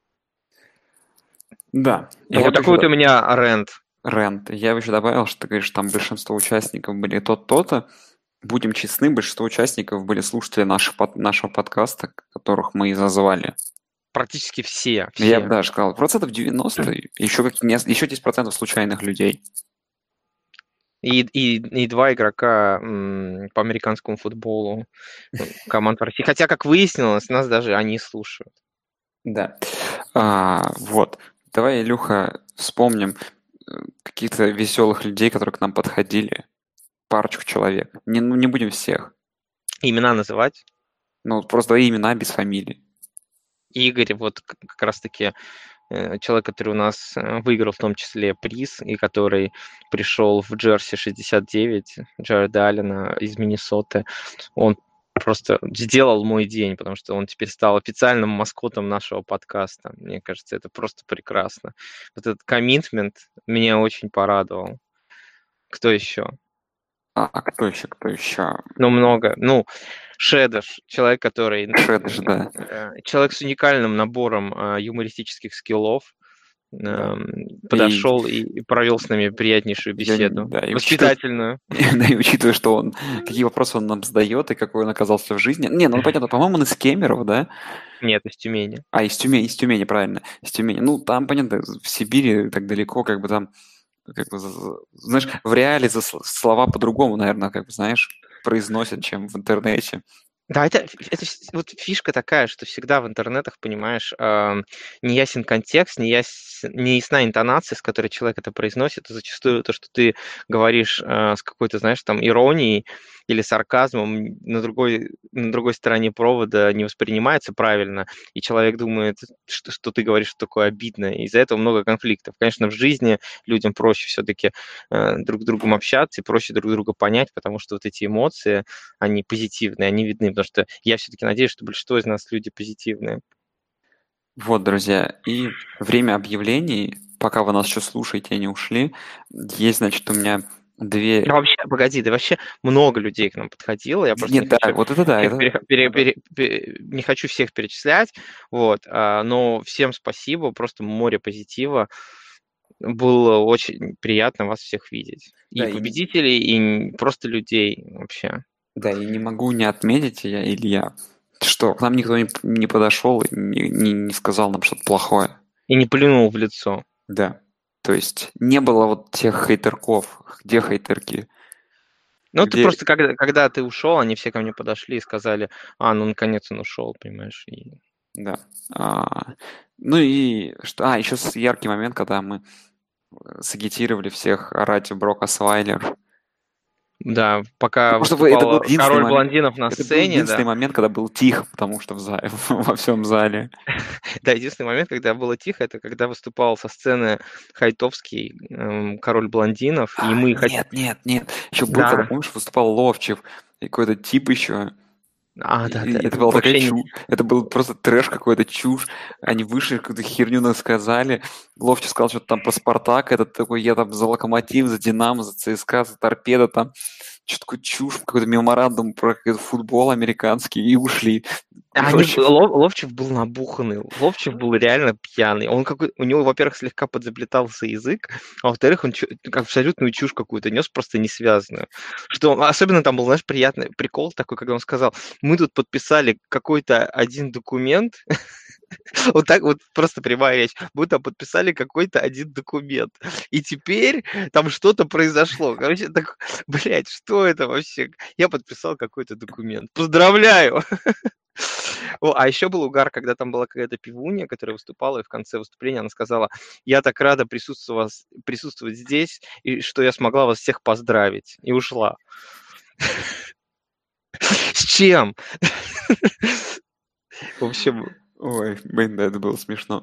[SPEAKER 4] Да.
[SPEAKER 2] Ну,
[SPEAKER 4] Я
[SPEAKER 2] вот
[SPEAKER 4] бы
[SPEAKER 2] такой
[SPEAKER 4] еще
[SPEAKER 2] вот у меня рент.
[SPEAKER 4] Рент. Я бы еще добавил, что ты говоришь, там большинство участников были то-то. Будем честны, большинство участников были слушатели наших, под- нашего подкаста, которых мы и зазвали.
[SPEAKER 2] Практически все.
[SPEAKER 4] Я
[SPEAKER 2] все.
[SPEAKER 4] бы даже сказал, процентов девяносто, еще, как, еще десять процентов случайных людей.
[SPEAKER 2] И, и, и два игрока м, по американскому футболу м, команд в России. Хотя, как выяснилось, нас даже они слушают.
[SPEAKER 4] Да. А, вот. Давай, Илюха, вспомним э, каких-то веселых людей, которые к нам подходили. Парочку человек. Не, ну, не будем всех.
[SPEAKER 2] Имена называть.
[SPEAKER 4] Ну, просто давай имена без фамилий.
[SPEAKER 2] Игорь, вот к- как раз-таки э, человек, который у нас э, выиграл в том числе приз, и который пришел в Джерси шестьдесят девять, Джареда Аллена из Миннесоты, он просто сделал мой день, потому что он теперь стал официальным маскотом нашего подкаста. Мне кажется, это просто прекрасно. Вот этот коммитмент меня очень порадовал. Кто еще?
[SPEAKER 4] А, а кто еще, кто еще?
[SPEAKER 2] Ну, много. Ну, Шедаш, человек, который...
[SPEAKER 4] Шедаш, да.
[SPEAKER 2] э, Человек с уникальным набором э, юмористических скиллов.
[SPEAKER 4] Да.
[SPEAKER 2] эм,
[SPEAKER 4] И
[SPEAKER 2] Подошел и, и провел с нами приятнейшую
[SPEAKER 4] я,
[SPEAKER 2] беседу.
[SPEAKER 4] да, и учитывая,
[SPEAKER 2] Воспитательную.
[SPEAKER 4] да, и учитывая, что он, какие вопросы он нам задает и какой он оказался в жизни. Не, ну понятно, по-моему, он из Кемерово, да?
[SPEAKER 2] Нет, из Тюмени.
[SPEAKER 4] А, из Тюмени, из Тюмени, правильно, из Тюмени. Ну, там, понятно, в Сибири так далеко, как бы там, как бы, за- за- знаешь, в реале за сл- слова по-другому, наверное, как бы, знаешь, произносят, чем в интернете.
[SPEAKER 2] Да, это, это вс- вот фишка такая, что всегда в интернетах, понимаешь, эм, не ясен контекст, не, яс, не ясна интонация, с которой человек это произносит, и зачастую то, что ты говоришь э, с какой-то, знаешь, там, иронией или сарказмом, на другой, на другой стороне провода не воспринимается правильно, и человек думает, что, что ты говоришь что такое обидное, и из-за этого много конфликтов. Конечно, в жизни людям проще все-таки э, друг с другом общаться и проще друг друга понять, потому что вот эти эмоции, они позитивные, они видны, потому что я все-таки надеюсь, что большинство из нас люди позитивные.
[SPEAKER 4] Вот, друзья, и время объявлений, пока вы нас еще слушаете и не ушли, есть, значит, у меня две...
[SPEAKER 2] Да вообще, погоди, да вообще много людей к нам подходило, я просто
[SPEAKER 4] Нет,
[SPEAKER 2] не
[SPEAKER 4] да,
[SPEAKER 2] хочу
[SPEAKER 4] вот это да,
[SPEAKER 2] всех
[SPEAKER 4] это...
[SPEAKER 2] перех- пере-
[SPEAKER 4] да.
[SPEAKER 2] пере- пере- не хочу всех перечислять, вот, а, но всем спасибо, просто море позитива. Было очень приятно вас всех видеть. И
[SPEAKER 4] Да, и,
[SPEAKER 2] победителей, и н- просто людей вообще.
[SPEAKER 4] да, и не могу не отметить, я, Илья, что к нам никто не, не подошел и не, не, не сказал нам что-то плохое.
[SPEAKER 2] И не плюнул в лицо.
[SPEAKER 4] Да. То есть не было вот тех хейтерков. Где хейтерки?
[SPEAKER 2] Ну, ты
[SPEAKER 4] Где...
[SPEAKER 2] просто, когда, когда ты ушел, они все ко мне подошли и сказали, а, ну, наконец он ушел, понимаешь. И...
[SPEAKER 4] Да. А, ну и что? А, еще с- яркий момент, когда мы э, сагитировали всех орать Брока Свайлер.
[SPEAKER 2] Да, пока
[SPEAKER 4] Потому что вы- это был
[SPEAKER 2] выступал
[SPEAKER 4] единственный
[SPEAKER 2] король
[SPEAKER 4] момент-
[SPEAKER 2] блондинов на
[SPEAKER 4] Это был
[SPEAKER 2] сцене,
[SPEAKER 4] единственный
[SPEAKER 2] да.
[SPEAKER 4] момент, когда был тихо, потому что в зале, во всем зале.
[SPEAKER 2] Да, единственный момент, когда было тихо, это когда выступал со сцены Хайтовский, эм, король блондинов, и мы... хот-
[SPEAKER 4] Нет, нет, нет. Еще был, когда,
[SPEAKER 2] Да,
[SPEAKER 4] помнишь, выступал Ловчев, и какой-то тип еще.
[SPEAKER 2] А,
[SPEAKER 4] И,
[SPEAKER 2] да,
[SPEAKER 4] и
[SPEAKER 2] да,
[SPEAKER 4] это
[SPEAKER 2] это
[SPEAKER 4] была такая
[SPEAKER 2] вообще не...
[SPEAKER 4] чушь. Это был просто трэш какой-то, чушь. Они вышли, какую-то херню нам сказали. Ловчий сказал что-то там про Спартак. Этот такой, я там за Локомотив, за Динамо, за ЦСКА, за Торпедо. Там что-то такое чушь, какой-то меморандум про какой-то футбол американский. И ушли.
[SPEAKER 2] Они,
[SPEAKER 4] Короче,
[SPEAKER 2] Лов- Ловчев был набуханный, Ловчев был реально пьяный. Он какой, у него, во-первых, слегка подзаплетался язык, а во-вторых, он чё- как абсолютную чушь какую-то нес, просто не связанную. Что он- особенно там был, знаешь, приятный прикол такой, когда он сказал, мы тут подписали какой-то один документ, вот так вот просто прямая речь, мы там подписали какой-то один документ, и теперь там что-то произошло. Короче, так, блядь, что это вообще? Я подписал какой-то документ. Поздравляю! О, а еще был угар, когда там была какая-то пивунья, которая выступала, и в конце выступления она сказала, я так рада присутствовать, присутствовать здесь, и что я смогла вас всех поздравить. И ушла. С чем? В общем,
[SPEAKER 4] ой, блин, да, это было смешно.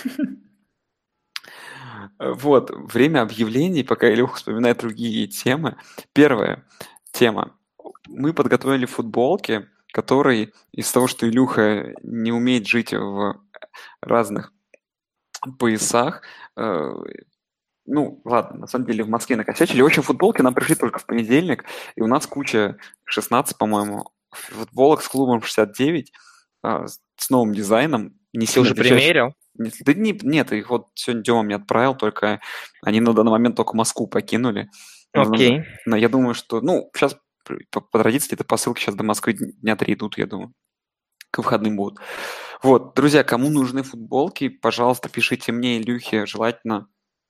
[SPEAKER 4] Вот, время объявлений, пока Илюха вспоминает другие темы. Первая тема. Мы подготовили футболки, которые из того, что Илюха не умеет жить в разных поясах, э, ну, ладно, на самом деле в Москве накосячили. В общем, футболки нам пришли только в понедельник, и у нас куча, шестнадцать, по-моему, футболок с клубом шестьдесят девять, а, с с новым дизайном, не
[SPEAKER 2] ты
[SPEAKER 4] сильно
[SPEAKER 2] уже
[SPEAKER 4] отличающим.
[SPEAKER 2] примерил?
[SPEAKER 4] Нет, да не- нет, их вот сегодня Дема мне отправил, только они на данный момент только Москву покинули. Нужно за-
[SPEAKER 2] Окей.
[SPEAKER 4] Но я думаю, что, ну, сейчас по, по традиции это посылки сейчас до Москвы дня три идут, я думаю, к выходным будут. Вот, друзья, кому нужны футболки, пожалуйста, пишите мне, Илюхе, желательно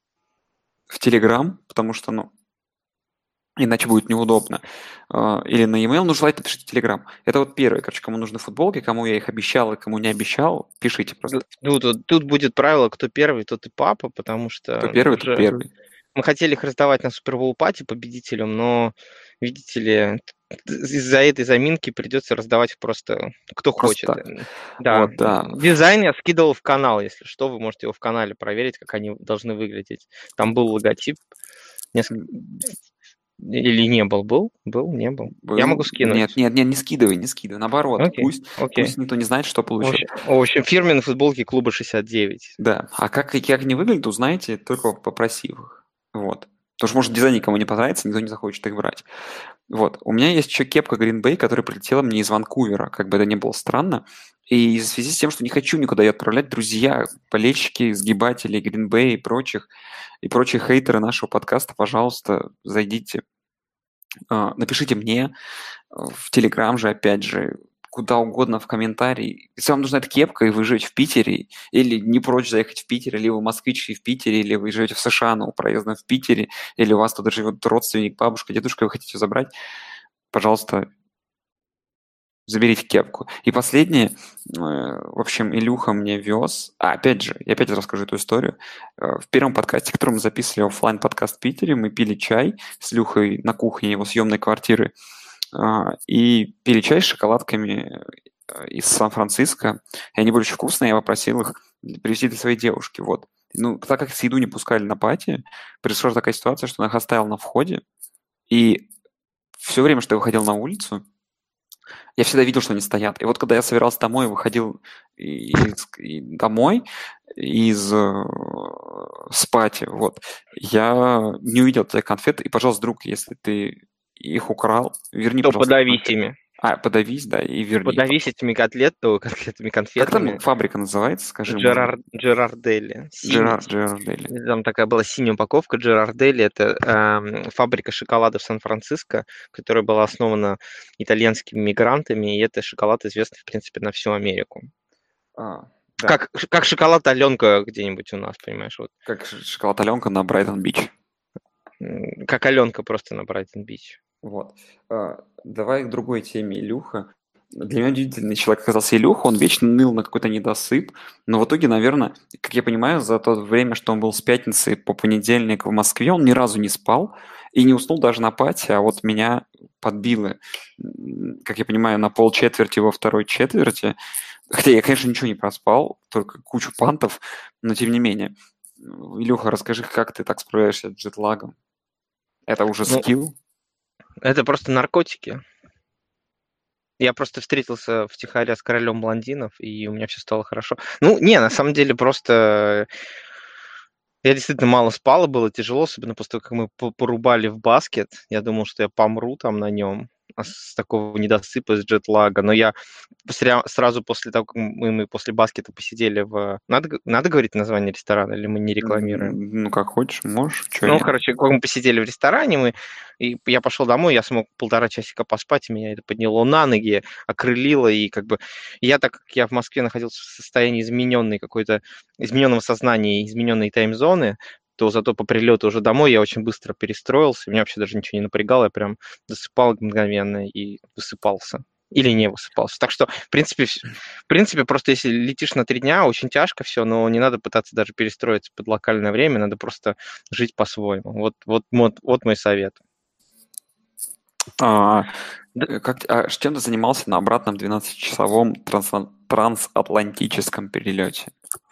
[SPEAKER 4] в Телеграм, потому что, ну, иначе будет неудобно. А, Или на e-mail, ну, желательно пишите в Телеграм. Это вот первое, короче, кому нужны футболки, кому я их обещал и кому не обещал, пишите просто.
[SPEAKER 2] Ну, тут, тут будет правило, кто первый, тот и папа, потому
[SPEAKER 4] Кто
[SPEAKER 2] что
[SPEAKER 4] первый, тот
[SPEAKER 2] уже
[SPEAKER 4] первый.
[SPEAKER 2] мы хотели их раздавать на Супербоул пати победителям, но, видите ли, из-за этой заминки придется раздавать их просто кто
[SPEAKER 4] Просто
[SPEAKER 2] хочет.
[SPEAKER 4] так.
[SPEAKER 2] Да,
[SPEAKER 4] Вот, да.
[SPEAKER 2] дизайн я скидывал в канал, если что, вы можете его в канале проверить, как они должны выглядеть. Там был логотип, несколько... или не был, был, был, не был. Я могу
[SPEAKER 4] Был...
[SPEAKER 2] скинуть.
[SPEAKER 4] Нет, нет, нет, не скидывай, не скидывай. Наоборот,
[SPEAKER 2] Окей,
[SPEAKER 4] пусть,
[SPEAKER 2] окей.
[SPEAKER 4] пусть никто не знает, что
[SPEAKER 2] В
[SPEAKER 4] получил.
[SPEAKER 2] общем, в общем, фирменные футболки клуба шестьдесят девять.
[SPEAKER 4] Да. А как, как они выглядят, узнаете, только попросив их. Вот. Потому что, может, дизайн никому не понравится, никто не захочет их брать. Вот. У меня есть еще кепка Green Bay, которая прилетела мне из Ванкувера, как бы это ни было странно. И в связи с тем, что не хочу никуда ее отправлять, друзья, болельщики, сгибатели Green Bay и прочих, и прочие хейтеры нашего подкаста, пожалуйста, зайдите, а, напишите мне а, в Телеграм же, опять же, куда угодно в комментарии. Если вам нужна эта кепка, и вы живете в Питере, или не прочь заехать в Питер, или вы москвич и в Питере, или вы живете в США, но проездом в Питере, или у вас тут живет родственник, бабушка, дедушка, вы хотите забрать, пожалуйста, заберите кепку. И последнее, э, в общем, Илюха мне вез, а, опять же, я опять расскажу эту историю. Э, В первом подкасте, который мы записывали, оффлайн подкаст в Питере, мы пили чай с Илюхой на кухне его съемной квартиры, а, и пили чай с шоколадками э, из Сан-Франциско, и они были очень вкусные, я попросил их привезти для своей девушки, вот. Ну, так как с еду не пускали на пати, произошла такая ситуация, что он их оставил на входе, и все время, что я выходил на улицу, я всегда видел, что они стоят. И вот когда я собирался домой, выходил из, и домой из э, спати, вот, я не увидел твоих конфет. И, пожалуйста, друг, если ты их украл, верни,
[SPEAKER 2] То
[SPEAKER 4] пожалуйста.
[SPEAKER 2] подавись ими.
[SPEAKER 4] А, подавись, да, и верни.
[SPEAKER 2] Подавись этими котлет, о, котлетами,
[SPEAKER 4] Как
[SPEAKER 2] конфетами.
[SPEAKER 4] там фабрика называется, скажи мне?
[SPEAKER 2] Джерар, Джерарделли. Синий.
[SPEAKER 4] Джерар, Джерарделли.
[SPEAKER 2] Там такая была синяя упаковка. Джерарделли — это эм, фабрика шоколада в Сан-Франциско, которая была основана итальянскими мигрантами, и это шоколад известный, в принципе, на всю Америку.
[SPEAKER 4] А, да.
[SPEAKER 2] Как, как шоколад Аленка где-нибудь у нас, понимаешь? Вот.
[SPEAKER 4] Как ш- шоколад Аленка на Брайтон-Бич.
[SPEAKER 2] М, Как Аленка просто на Брайтон-Бич.
[SPEAKER 4] Вот. А, давай к другой теме, Илюха. Для меня удивительный человек оказался Илюха, он вечно ныл на какой-то недосып, но в итоге, наверное, как я понимаю, за то время, что он был с пятницы по понедельник в Москве, он ни разу не спал и не уснул даже на пати, а вот меня подбило, м, как я понимаю, на полчетверти во второй четверти. Хотя я, конечно, ничего не проспал, только кучу пантов, но тем не менее. Илюха, расскажи, как ты так справляешься с джетлагом? Это уже
[SPEAKER 2] Ну,
[SPEAKER 4] скилл?
[SPEAKER 2] это просто наркотики. Я просто встретился втихаря с королем блондинов, и у меня все стало хорошо. Ну, не, на самом деле, просто я действительно мало спал, и было тяжело, особенно после того, как мы по- порубали в баскет. Я думал, что я помру там на нем с такого недосыпа, с джетлага. Но я посря- сразу после того, как мы, мы после баскета посидели в... Надо, г- надо говорить название ресторана, или мы не рекламируем?
[SPEAKER 4] М, Ну, как хочешь, можешь, что
[SPEAKER 2] Ну,
[SPEAKER 4] нет.
[SPEAKER 2] короче, как мы посидели в ресторане, мы, и я пошел домой, я смог полтора часика поспать, и меня это подняло на ноги, окрылило, и как бы я, так как я в Москве находился в состоянии измененной какой-то, измененного сознания, измененной тайм-зоны, то зато по прилету уже домой я очень быстро перестроился, меня вообще даже ничего не напрягало, я прям засыпал мгновенно и высыпался. Или не высыпался. Так что, в принципе, вс- в принципе, просто если летишь на три дня, очень тяжко все, но не надо пытаться даже перестроиться под локальное время, надо просто жить по-своему. Вот, вот, вот, вот мой совет.
[SPEAKER 4] А,
[SPEAKER 2] Да.
[SPEAKER 4] э, как, а чем ты занимался на обратном двенадцатичасовом трансла- трансатлантическом перелете?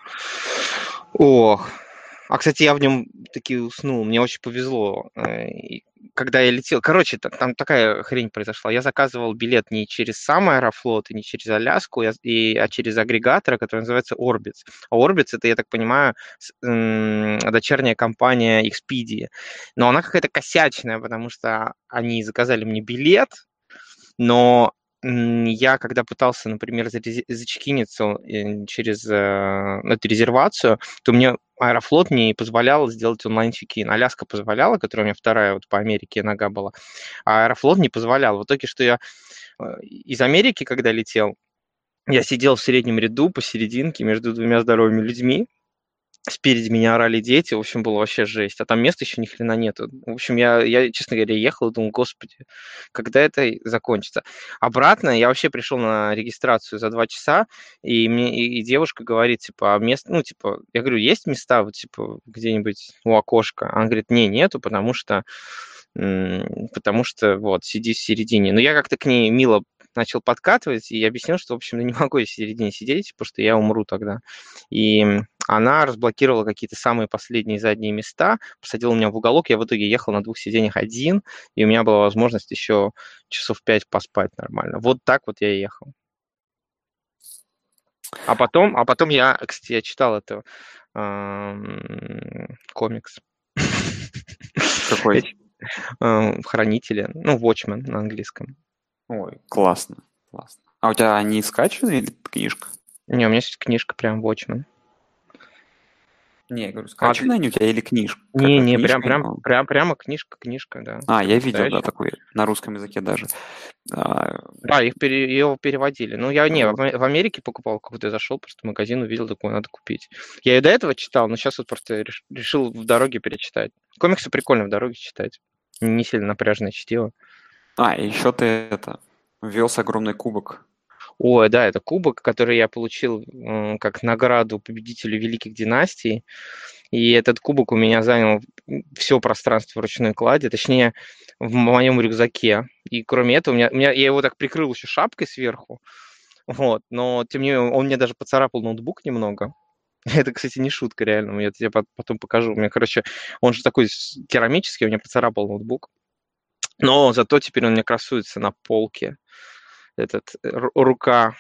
[SPEAKER 2] Ох. А, кстати, я в нем таки уснул. Мне очень повезло. Э, и Когда я летел... Короче, та- там такая хрень произошла. Я заказывал билет не через сам Аэрофлот и не через Аляску, я- и, а через агрегатора, который называется Orbitz. А Orbitz — это, я так понимаю, с- м, дочерняя компания Expedia. Но она какая-то косячная, потому что они заказали мне билет, но м, я, когда пытался, например, зарези- зачекиниться э, через э, эту резервацию, то мне Аэрофлот не позволял сделать онлайн-чекин. Аляска позволяла, которая у меня вторая вот по Америке нога была, а Аэрофлот не позволял. В итоге, что я э, из Америки, когда летел, я сидел в среднем ряду посерединке между двумя здоровыми людьми, спереди меня орали дети, в общем, было вообще жесть, а там места еще ни хрена нету. В общем, я, я, честно говоря, ехал и думал, господи, когда это и закончится. Обратно я вообще пришел на регистрацию за два часа, и мне и, и девушка говорит, типа, а мест, ну, типа, я говорю, есть места, вот, типа, где-нибудь у окошка? Она говорит, не, нету, потому что, м, потому что, вот, сиди в середине. Но я как-то к ней мило начал подкатывать и объяснил, что, в общем, не могу я в середине сидеть, потому что я умру тогда. И она разблокировала какие-то самые последние задние места, посадила меня в уголок. Я в итоге ехал на двух сиденьях один, и у меня была возможность еще часов пять поспать нормально. Вот так вот я и ехал. А потом, а потом я, кстати, я читал это эм, комикс.
[SPEAKER 4] Какой?
[SPEAKER 2] Я ч- эм, Хранители, ну, Watchmen на английском.
[SPEAKER 4] Ой, классно, классно. А у тебя они скачаны или книжка?
[SPEAKER 2] Не, у меня есть книжка прям Watchmen.
[SPEAKER 4] Не, я говорю,
[SPEAKER 2] А
[SPEAKER 4] скачаны
[SPEAKER 2] ты-
[SPEAKER 4] они у тебя или книжка?
[SPEAKER 2] Не,
[SPEAKER 4] Как
[SPEAKER 2] не, прям,
[SPEAKER 4] книжка?
[SPEAKER 2] прям,
[SPEAKER 4] ну,
[SPEAKER 2] прям, прямо книжка, книжка, да.
[SPEAKER 4] А,
[SPEAKER 2] Прям
[SPEAKER 4] я видел, да,
[SPEAKER 2] настоящая.
[SPEAKER 4] такой на русском языке даже. А,
[SPEAKER 2] Да, их пере- его переводили. Ну, я не, в
[SPEAKER 4] вот.
[SPEAKER 2] Аме- в Америке покупал, когда зашел, просто в магазин увидел, такой, надо купить. Я и до этого читал, но сейчас вот просто реш- решил в дороге перечитать. Комиксы прикольно в дороге читать. Не сильно напряжное чтиво.
[SPEAKER 4] А, и еще ты это ввез огромный кубок.
[SPEAKER 2] Ой, да, это кубок, который я получил м, как награду победителю Великих Династий. И этот кубок у меня занял все пространство в ручной клади, точнее, в моем рюкзаке. И кроме этого, у меня, у меня, я его так прикрыл еще шапкой сверху, вот, но тем не менее он мне даже поцарапал ноутбук немного. Это, кстати, не шутка, реально. Я тебе пот- потом покажу. У меня, короче, он же такой с- керамический, у меня поцарапал ноутбук. Но зато теперь он у меня красуется на полке. Этот э, ру- рука,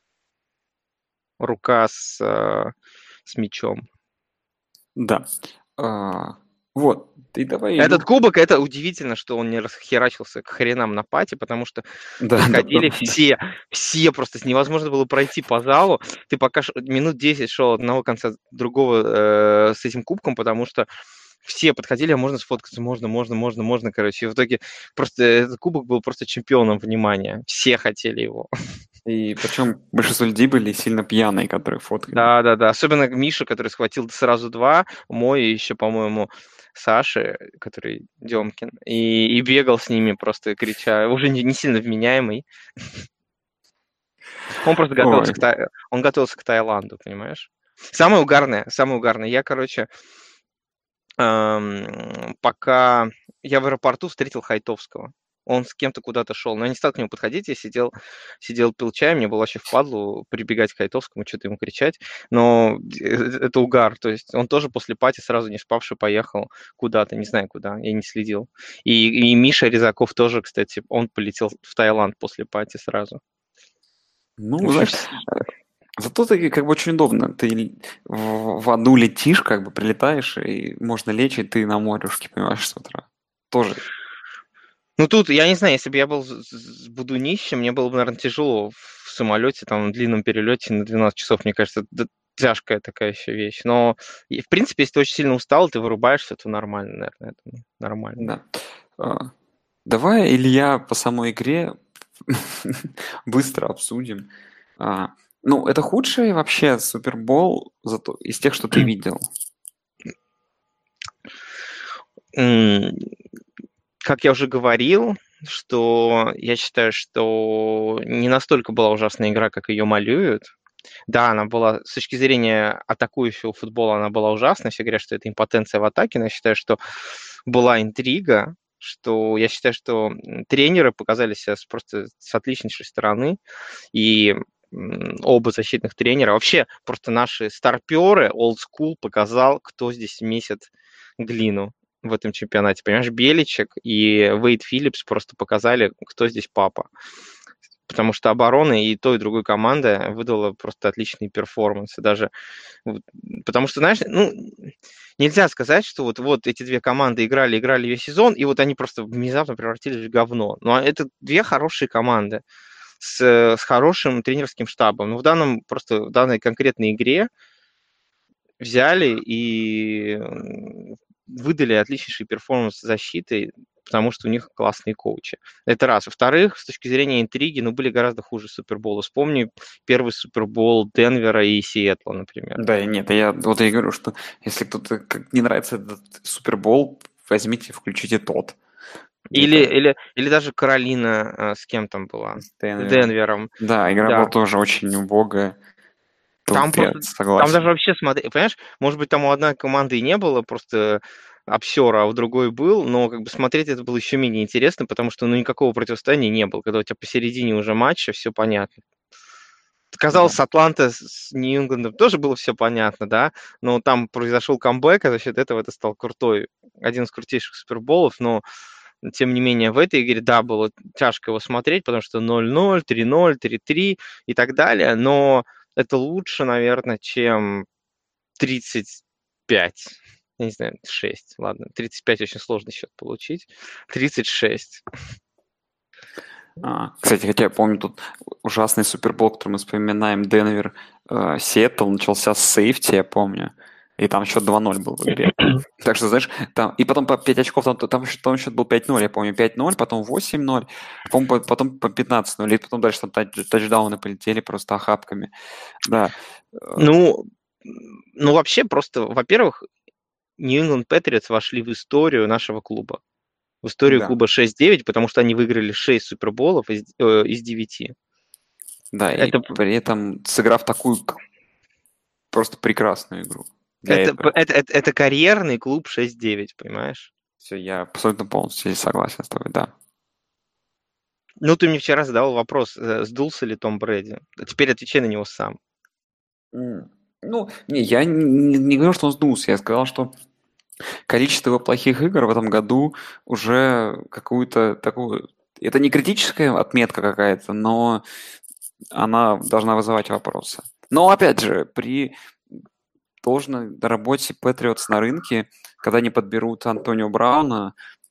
[SPEAKER 2] рука с, э, с мечом.
[SPEAKER 4] Да. А, вот, ты давай,
[SPEAKER 2] Этот
[SPEAKER 4] Илюх.
[SPEAKER 2] кубок, это удивительно, что он не расхерачился к хренам на пати, потому что
[SPEAKER 4] Да, да,
[SPEAKER 2] подходили
[SPEAKER 4] да, да.
[SPEAKER 2] все, все просто невозможно было пройти по залу. Ты пока ш- минут десять шел от одного конца другого э, с этим кубком, потому что все подходили, а можно сфоткаться, можно, можно, можно, можно, короче. И в итоге просто этот кубок был просто чемпионом внимания. Все хотели его.
[SPEAKER 4] И причем большинство людей были сильно пьяные, которые фоткали.
[SPEAKER 2] Да, да, да. Особенно Миша, который схватил сразу два, мой и еще, по-моему, Саши, который Демкин, и, и бегал с ними просто крича, уже не, не сильно вменяемый. Он просто готовился
[SPEAKER 4] Ой,
[SPEAKER 2] к, Та- он готовился к Таиланду, понимаешь? Самое угарное, самое угарное. Я, короче, эм, пока я в аэропорту встретил Хайтовского. Он с кем-то куда-то шел, но я не стал к нему подходить, я сидел, сидел, пил чай, мне было вообще впадлу прибегать к Хайтовскому, что-то ему кричать, но э, это угар, то есть он тоже после пати сразу не спавший поехал куда-то, не знаю куда, я не следил. И, и Миша Резаков тоже, кстати, он полетел в Таиланд после пати сразу.
[SPEAKER 4] Ну, знаешь, зато ты как бы очень удобно. Ты в, в аду летишь, как бы прилетаешь, и можно лечь, и ты на морюшке, понимаешь, с утра. Тоже.
[SPEAKER 2] Ну тут, я не знаю, если бы я был с- с- буду нищим, мне было бы, наверное, тяжело в самолете, там, в длинном перелете на двенадцать часов, мне кажется, это тяжкая такая еще вещь. Но, и, в принципе, если ты очень сильно устал, ты вырубаешься, то нормально, наверное, это нормально.
[SPEAKER 4] Да. А, Давай, Илья, по самой игре быстро обсудим. А, Ну, это худший вообще Супербол зато из тех, что ты видел.
[SPEAKER 2] М, Как я уже говорил, что я считаю, что не настолько была ужасная игра, как ее малюют. Да, она была, с точки зрения атакующего футбола, она была ужасной. Все говорят, что это импотенция в атаке, но я считаю, что была интрига, что я считаю, что м, тренеры показали себя с- просто с отличнейшей стороны, и м, оба защитных тренера, вообще просто наши старперы, old school показал, кто здесь месяц глину в этом чемпионате. Понимаешь, Беличек и Вейд Филлипс просто показали, кто здесь папа. Потому что оборона и той, и другой команда выдала просто отличные перформансы. Даже вот, потому что, знаешь, ну, нельзя сказать, что вот, вот эти две команды играли, играли весь сезон, и вот они просто внезапно превратились в говно. Но это две хорошие команды с, с хорошим тренерским штабом. Но в данном, просто в данной конкретной игре взяли и м, выдали отличнейший перформанс защиты, потому что у них классные коучи. Это раз. Во-вторых, с точки зрения интриги, ну, были гораздо хуже Суперболы. Вспомни первый Супербол Денвера и Сиэтла, например.
[SPEAKER 4] Да, нет, я вот я и говорю, что если кто-то как не нравится этот Супербол, возьмите, включите тот.
[SPEAKER 2] Или,
[SPEAKER 4] Это
[SPEAKER 2] или, или даже Каролина э, с кем там была?
[SPEAKER 4] с
[SPEAKER 2] С
[SPEAKER 4] Денвером.
[SPEAKER 2] Денвером.
[SPEAKER 4] Да, игра
[SPEAKER 2] Да.
[SPEAKER 4] была тоже очень убогая.
[SPEAKER 2] Там
[SPEAKER 4] Тут я
[SPEAKER 2] просто, там
[SPEAKER 4] согласен.
[SPEAKER 2] даже вообще, смотри, понимаешь, может быть, там у одной команды и не было просто обсера, а у другой был, но как бы смотреть это было еще менее интересно, потому что ну никакого противостояния не было, когда у тебя посередине уже матча все понятно. Казалось,
[SPEAKER 4] Да.
[SPEAKER 2] с Атланта с Нью-Ингландом тоже было все понятно, да, но там произошел камбэк, и за счет этого это стал крутой, один из крутейших суперболов, но тем не менее в этой игре, да, было тяжко его смотреть, потому что ноль ноль, три ноль, три три и так далее, но это лучше, наверное, чем тридцать пять. Я не знаю, шесть. Ладно, тридцать пять очень сложный счет получить. тридцать шесть.
[SPEAKER 4] А, кстати, хотя я помню тут ужасный Супербол, который мы вспоминаем, Денвер, э, Сиэтл, начался с сейфти, я помню. И там счет два ноль был в игре. Так что, знаешь, там... И потом по пять очков, там, там, счет, там счет был пять ноль, я помню, пять ноль, потом восемь ноль, по-моему, по- потом по пятнадцать ноль, и потом дальше там тач- тачдауны полетели просто охапками. Да. Э,
[SPEAKER 2] Ну, ну, вообще просто, во-первых, New England Patriots вошли в историю нашего клуба. В историю
[SPEAKER 4] Да.
[SPEAKER 2] клуба шесть девять, потому что они выиграли шесть суперболов из, э, из девяти.
[SPEAKER 4] Да, и
[SPEAKER 2] Это,
[SPEAKER 4] при этом сыграв такую к- просто прекрасную игру для
[SPEAKER 2] это,
[SPEAKER 4] этого.
[SPEAKER 2] это, это, это карьерный клуб шесть девять, понимаешь?
[SPEAKER 4] Все, я абсолютно полностью здесь согласен с тобой, да.
[SPEAKER 2] Ну, ты мне вчера задал вопрос, э, сдулся ли Том Брэди. А теперь отвечай на него сам.
[SPEAKER 4] М. Ну, не, я не, не говорю, что он сдулся, я сказал, что количество его плохих игр в этом году уже какую-то такую... Это не критическая отметка какая-то, но она должна вызывать вопросы. Но, опять же, при должной работе Патриотс на рынке, когда они подберут Антонио Брауна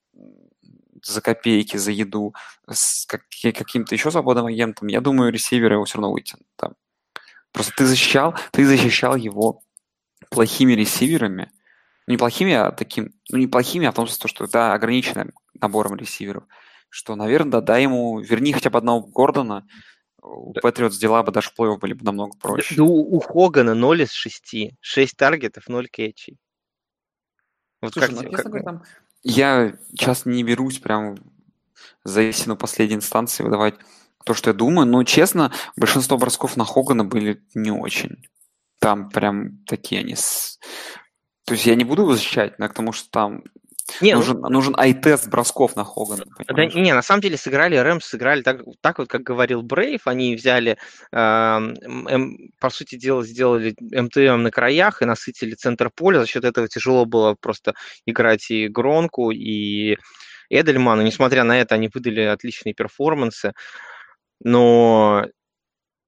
[SPEAKER 4] за копейки, за еду, с каки- каким-то еще свободным агентом, я думаю, ресиверы его все равно вытянут там. Просто ты защищал, ты защищал его плохими ресиверами, ну, не плохими, а таким, ну, не плохими, а в том смысле, что да, ограниченным набором ресиверов, что, наверное, да, дай ему, верни хотя бы одного Гордона, у
[SPEAKER 2] Да,
[SPEAKER 4] Патриотс дела бы даже в плей-офф были бы намного
[SPEAKER 2] да-
[SPEAKER 4] проще.
[SPEAKER 2] да у, у Хогана ноль из шести. шесть таргетов, ноль кетчей. Вот
[SPEAKER 4] Слушай,
[SPEAKER 2] как
[SPEAKER 4] ну,
[SPEAKER 2] тебе...
[SPEAKER 4] честно
[SPEAKER 2] Как...
[SPEAKER 4] говоря, там я сейчас не берусь прям за истину последней инстанции выдавать то, что я думаю, но, честно, большинство бросков на Хогана были не очень. Там прям такие они... С... То есть я не буду его защищать, но к тому, что там
[SPEAKER 2] Не, ну,
[SPEAKER 4] нужен, нужен ай-тест бросков на Хогана,
[SPEAKER 2] да,
[SPEAKER 4] понимаешь?
[SPEAKER 2] не, на самом деле сыграли Рэмс, сыграли так, так вот, как говорил Брейв, они взяли, эм, эм, по сути дела, сделали эм тэ эм на краях и насытили центр поля, за счет этого тяжело было просто играть и Гронку, и Эдельману, несмотря на это, они выдали отличные перформансы, но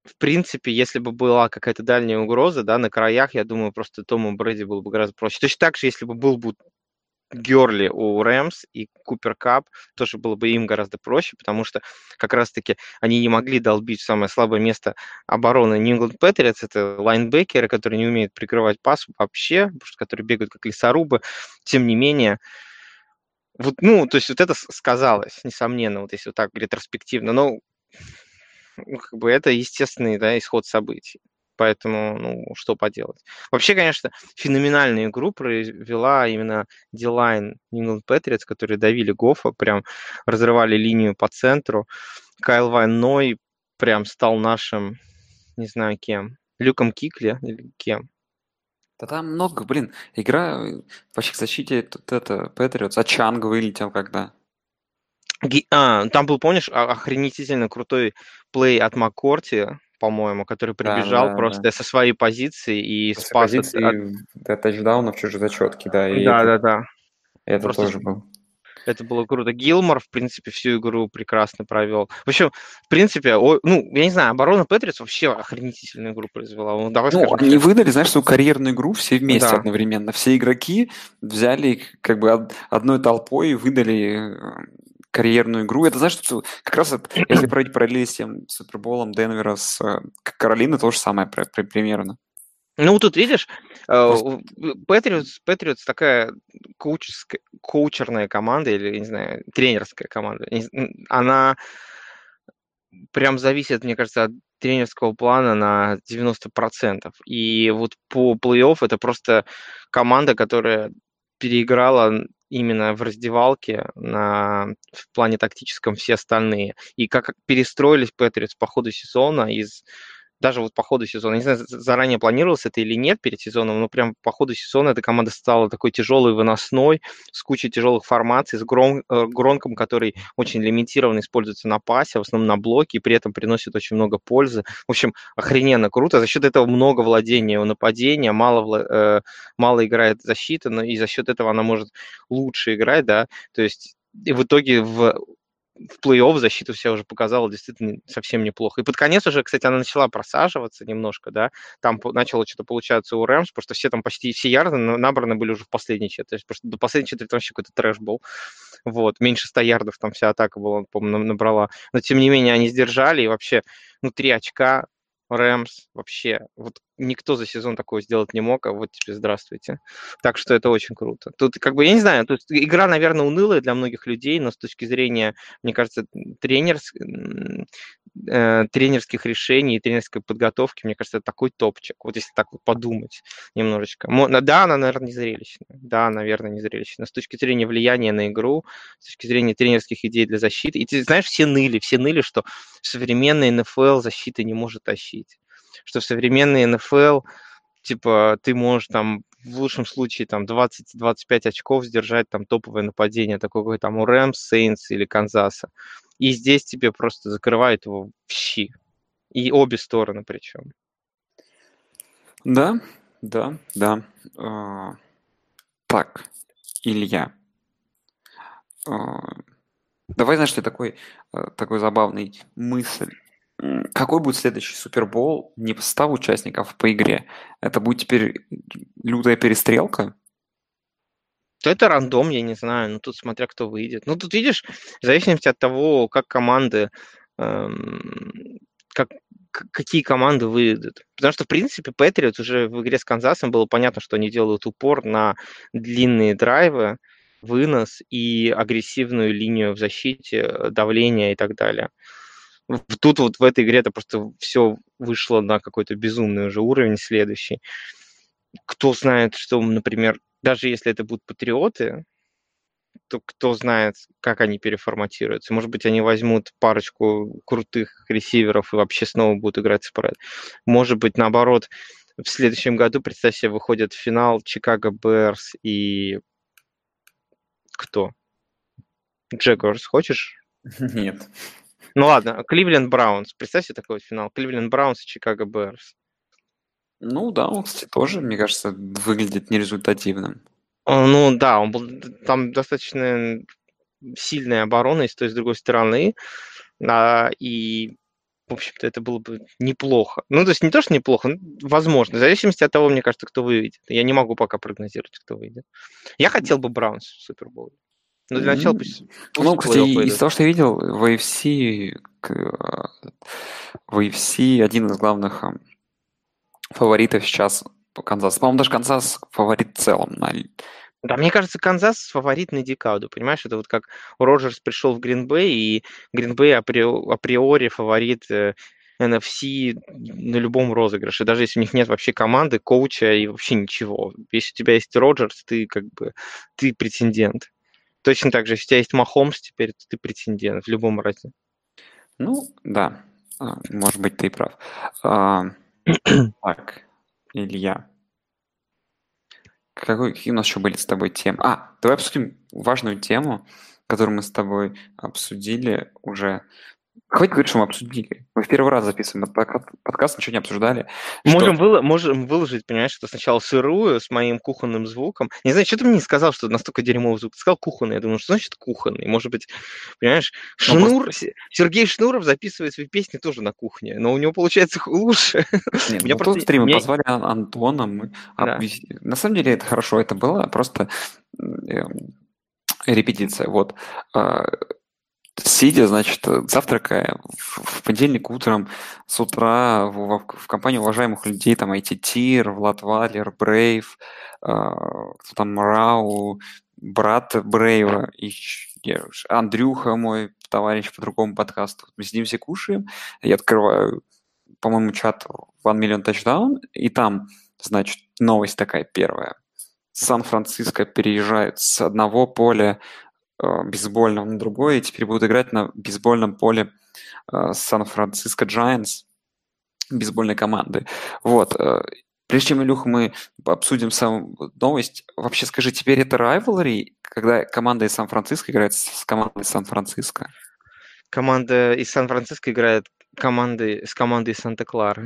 [SPEAKER 2] в принципе, если бы была какая-то дальняя угроза, да, на краях, я думаю, просто Тому Брэди было бы гораздо проще. Точно так же, если бы был бы Герли у Рэмс и Купер Кап, тоже было бы им гораздо проще, потому что как раз-таки они не могли долбить в самое слабое место обороны New England Patriots, это лайнбекеры, которые не умеют прикрывать пас вообще, потому что которые бегают как лесорубы. Тем не менее, вот, ну, то есть вот это с- сказалось, несомненно, вот если вот так ретроспективно, но ну, как бы это естественный, да, исход событий. Поэтому, ну, что поделать. Вообще, конечно, феноменальную игру провела именно D-line New England Patriots, которые давили Гофа, прям разрывали линию по центру. Кайл Ван Ной прям стал нашим, не знаю кем, Люком Кикли или кем.
[SPEAKER 4] Да там много, блин, игра э, вообще к защите тут это Патриотс, а Чанг вылетел когда?
[SPEAKER 2] Ги- А, там был, помнишь, а- охренительно крутой плей от Маккорти, по-моему, который
[SPEAKER 4] Да,
[SPEAKER 2] прибежал
[SPEAKER 4] да, да.
[SPEAKER 2] просто со своей позиции и
[SPEAKER 4] После
[SPEAKER 2] спас от... от-
[SPEAKER 4] позиции до тачдауна в чужой зачетке, да, и
[SPEAKER 2] Да,
[SPEAKER 4] это,
[SPEAKER 2] да, да.
[SPEAKER 4] это
[SPEAKER 2] Просто
[SPEAKER 4] тоже был.
[SPEAKER 2] это было круто. Гилмор, в принципе, всю игру прекрасно провел. В общем, в принципе, о- ну, я не знаю, оборона Патриотс вообще охренительную игру произвела. Ну, давай
[SPEAKER 4] Ну,
[SPEAKER 2] скажем
[SPEAKER 4] они
[SPEAKER 2] честно.
[SPEAKER 4] выдали, знаешь, свою карьерную игру все вместе
[SPEAKER 2] Да.
[SPEAKER 4] одновременно. Все игроки взяли их как бы од- одной толпой и выдали э, карьерную игру. Это, знаешь, что как раз вот, если проводить параллели с тем Суперболом Денвера с э, К- Каролиной, то же самое при- при- примерно.
[SPEAKER 2] Ну, вот тут видишь,
[SPEAKER 4] Просто
[SPEAKER 2] Патриотс, Патриотс такая коуческая, коучерная команда, или, не знаю, тренерская команда. Не з- м, Она прям зависит, мне кажется, от тренерского плана на девяносто процентов. И вот по плей-офф это просто команда, которая переиграла именно в раздевалке на, в плане тактическом все остальные. И как перестроились Патриотс по ходу сезона из даже вот по ходу сезона, не знаю, з- заранее планировалось это или нет перед сезоном, но прям по ходу сезона эта команда стала такой тяжелой, выносной, с кучей тяжелых формаций, с Грон, э, Гронком, который очень лимитированно используется на пасе, в основном на блоке, и при этом приносит очень много пользы. В общем, охрененно круто. За счет этого много владения у нападения, мало, вла- э, мало играет защита, но и за счет этого она может лучше играть, да, то есть и в итоге в в плей-офф защиту себя уже показала действительно совсем неплохо. И под конец уже, кстати, она начала просаживаться немножко, да, там по- начало что-то получаться у Рэмс, потому что все там почти все ярды на- набраны были уже в последней четверти, потому что до последней четверти там вообще какой-то трэш был, вот, меньше ста ярдов там вся атака была, по-моему, набрала, но тем не менее они сдержали, и вообще, ну, три очка Рэмс вообще, вот никто за сезон такого сделать не мог, а вот тебе здравствуйте. Так что это очень круто. Тут как бы, я не знаю, тут игра, наверное, унылая для многих людей, но с точки зрения, мне кажется, тренерс, м, э, тренерских решений и тренерской подготовки, мне кажется, это такой топчик. Вот если так вот подумать немножечко. Мо- на- Да, она, наверное, не зрелищная. Да, наверное, не зрелищная. С точки зрения влияния на игру, с точки зрения тренерских идей для защиты. И ты знаешь, все ныли, все ныли, что в современной эн эф эл защита не может тащить. Что в современной эн эф эл типа ты можешь там в лучшем случае там двадцать-двадцать пять очков сдержать там топовое нападение, такое как там у Рэмс, Сейнс или Канзаса. И здесь тебе просто закрывают его в щи. И обе стороны причем.
[SPEAKER 4] да, да, да. А, так, Илья, а, давай, знаешь, ты такой, э, такой забавный мысль. М, Какой будет следующий Супербол не по составу участников, а по игре? Это будет теперь лютая перестрелка?
[SPEAKER 2] То это рандом, я не знаю, ну тут смотря кто выйдет. Ну тут видишь, в зависимости от того, как команды, эм, как, к- какие команды выйдут. Потому что, в принципе, Патриотс уже в игре с Канзасом было понятно, что они делают упор на длинные драйвы, вынос и агрессивную линию в защите, э, давление и так далее. В- Тут вот в этой игре это просто все вышло на какой-то безумный уже уровень следующий. Кто знает, что, например, даже если это будут патриоты, то кто знает, как они переформатируются. Может быть, они возьмут парочку крутых ресиверов и вообще снова будут играть спред. Может быть, наоборот, в следующем году, представь себе, выходит в финал Чикаго Берс и кто? Джегорс, хочешь?
[SPEAKER 4] Нет.
[SPEAKER 2] Ну ладно, Кливленд Браунс. Представь себе такой вот финал. Кливленд Браунс и Чикаго Берс.
[SPEAKER 4] Ну да, он, кстати, тоже, мне кажется, выглядит нерезультативным.
[SPEAKER 2] О, Ну да, он был там достаточно сильная оборона и с той, и с другой стороны. А, и в общем-то, это было бы неплохо. Ну, то есть не то, что неплохо, но возможно. В зависимости от того, мне кажется, кто выйдет. Я не могу пока прогнозировать, кто выйдет. Я хотел бы Браунс в Супербоуле. Но для начала пусть, пусть
[SPEAKER 4] Ну,
[SPEAKER 2] в
[SPEAKER 4] кстати,
[SPEAKER 2] плей-офф
[SPEAKER 4] из
[SPEAKER 2] выйдут.
[SPEAKER 4] того, что я видел, в эй эф си, к- э, в эй эф си один из главных эм, фаворитов сейчас по Канзас. По-моему, даже Канзас фаворит в целом. на ли-
[SPEAKER 2] Да, мне кажется, Канзас фаворит на декаду, понимаешь? Это вот как Роджерс пришел в Грин-Бэй, и Грин-Бэй апри- априори фаворит э, эн эф си на любом розыгрыше, даже если у них нет вообще команды, коуча и вообще ничего. Если у тебя есть Роджерс, ты как бы ты претендент. Точно так же, если у тебя есть Махомс теперь, то ты претендент в любом разе.
[SPEAKER 4] Ну, да, а, может быть, ты и прав. А, Так, Илья, какой, какие у нас еще были с тобой темы? А, давай обсудим важную тему, которую мы с тобой обсудили уже. Хватит говорить, что мы обсудили. Мы в первый раз записываем этот подка- подкаст, ничего не обсуждали.
[SPEAKER 2] Можем,
[SPEAKER 4] Что?
[SPEAKER 2] выла- можем выложить, понимаешь, что сначала сырую с моим кухонным звуком. Не знаю, что ты мне не сказал, что настолько дерьмовый звук. Ты сказал кухонный. Я думаю, что значит кухонный? Может быть, понимаешь,
[SPEAKER 4] Ну, просто...
[SPEAKER 2] Шнур, Се- Сергей Шнуров записывает свои песни тоже на кухне, но у него получается х- лучше.
[SPEAKER 4] Не,
[SPEAKER 2] У
[SPEAKER 4] ну
[SPEAKER 2] меня
[SPEAKER 4] на тот
[SPEAKER 2] просто...
[SPEAKER 4] стрим
[SPEAKER 2] у
[SPEAKER 4] мы
[SPEAKER 2] меня-
[SPEAKER 4] позвали Ан- Антона. Мы
[SPEAKER 2] Да.
[SPEAKER 4] объяс- На самом деле это хорошо, это было просто эм, репетиция. Вот. А, Сидя, значит, э, завтракая в в понедельник утром с утра в, в- в компании уважаемых людей, там ай ти-Тир, Влад Валер, Брейв, а, кто там, Рау, брат Брейва, и щ- я уж- Андрюха, мой товарищ по другому подкасту. Мы сидим все кушаем, я открываю, по-моему, чат One Million Touchdown, и там, значит, новость такая первая. Сан-Франциско переезжает с одного поля э, бейсбольного на другое, и теперь будут играть на бейсбольном поле э, Сан-Франциско Giants, бейсбольной команды. Вот. э, Прежде чем, Илюха, мы обсудим саму новость, вообще скажи, теперь это rivalry, когда команда из Сан-Франциско играет с с командой из Сан-Франциско?
[SPEAKER 2] Команда из Сан-Франциско играет команды, с командой из Санта-Клары.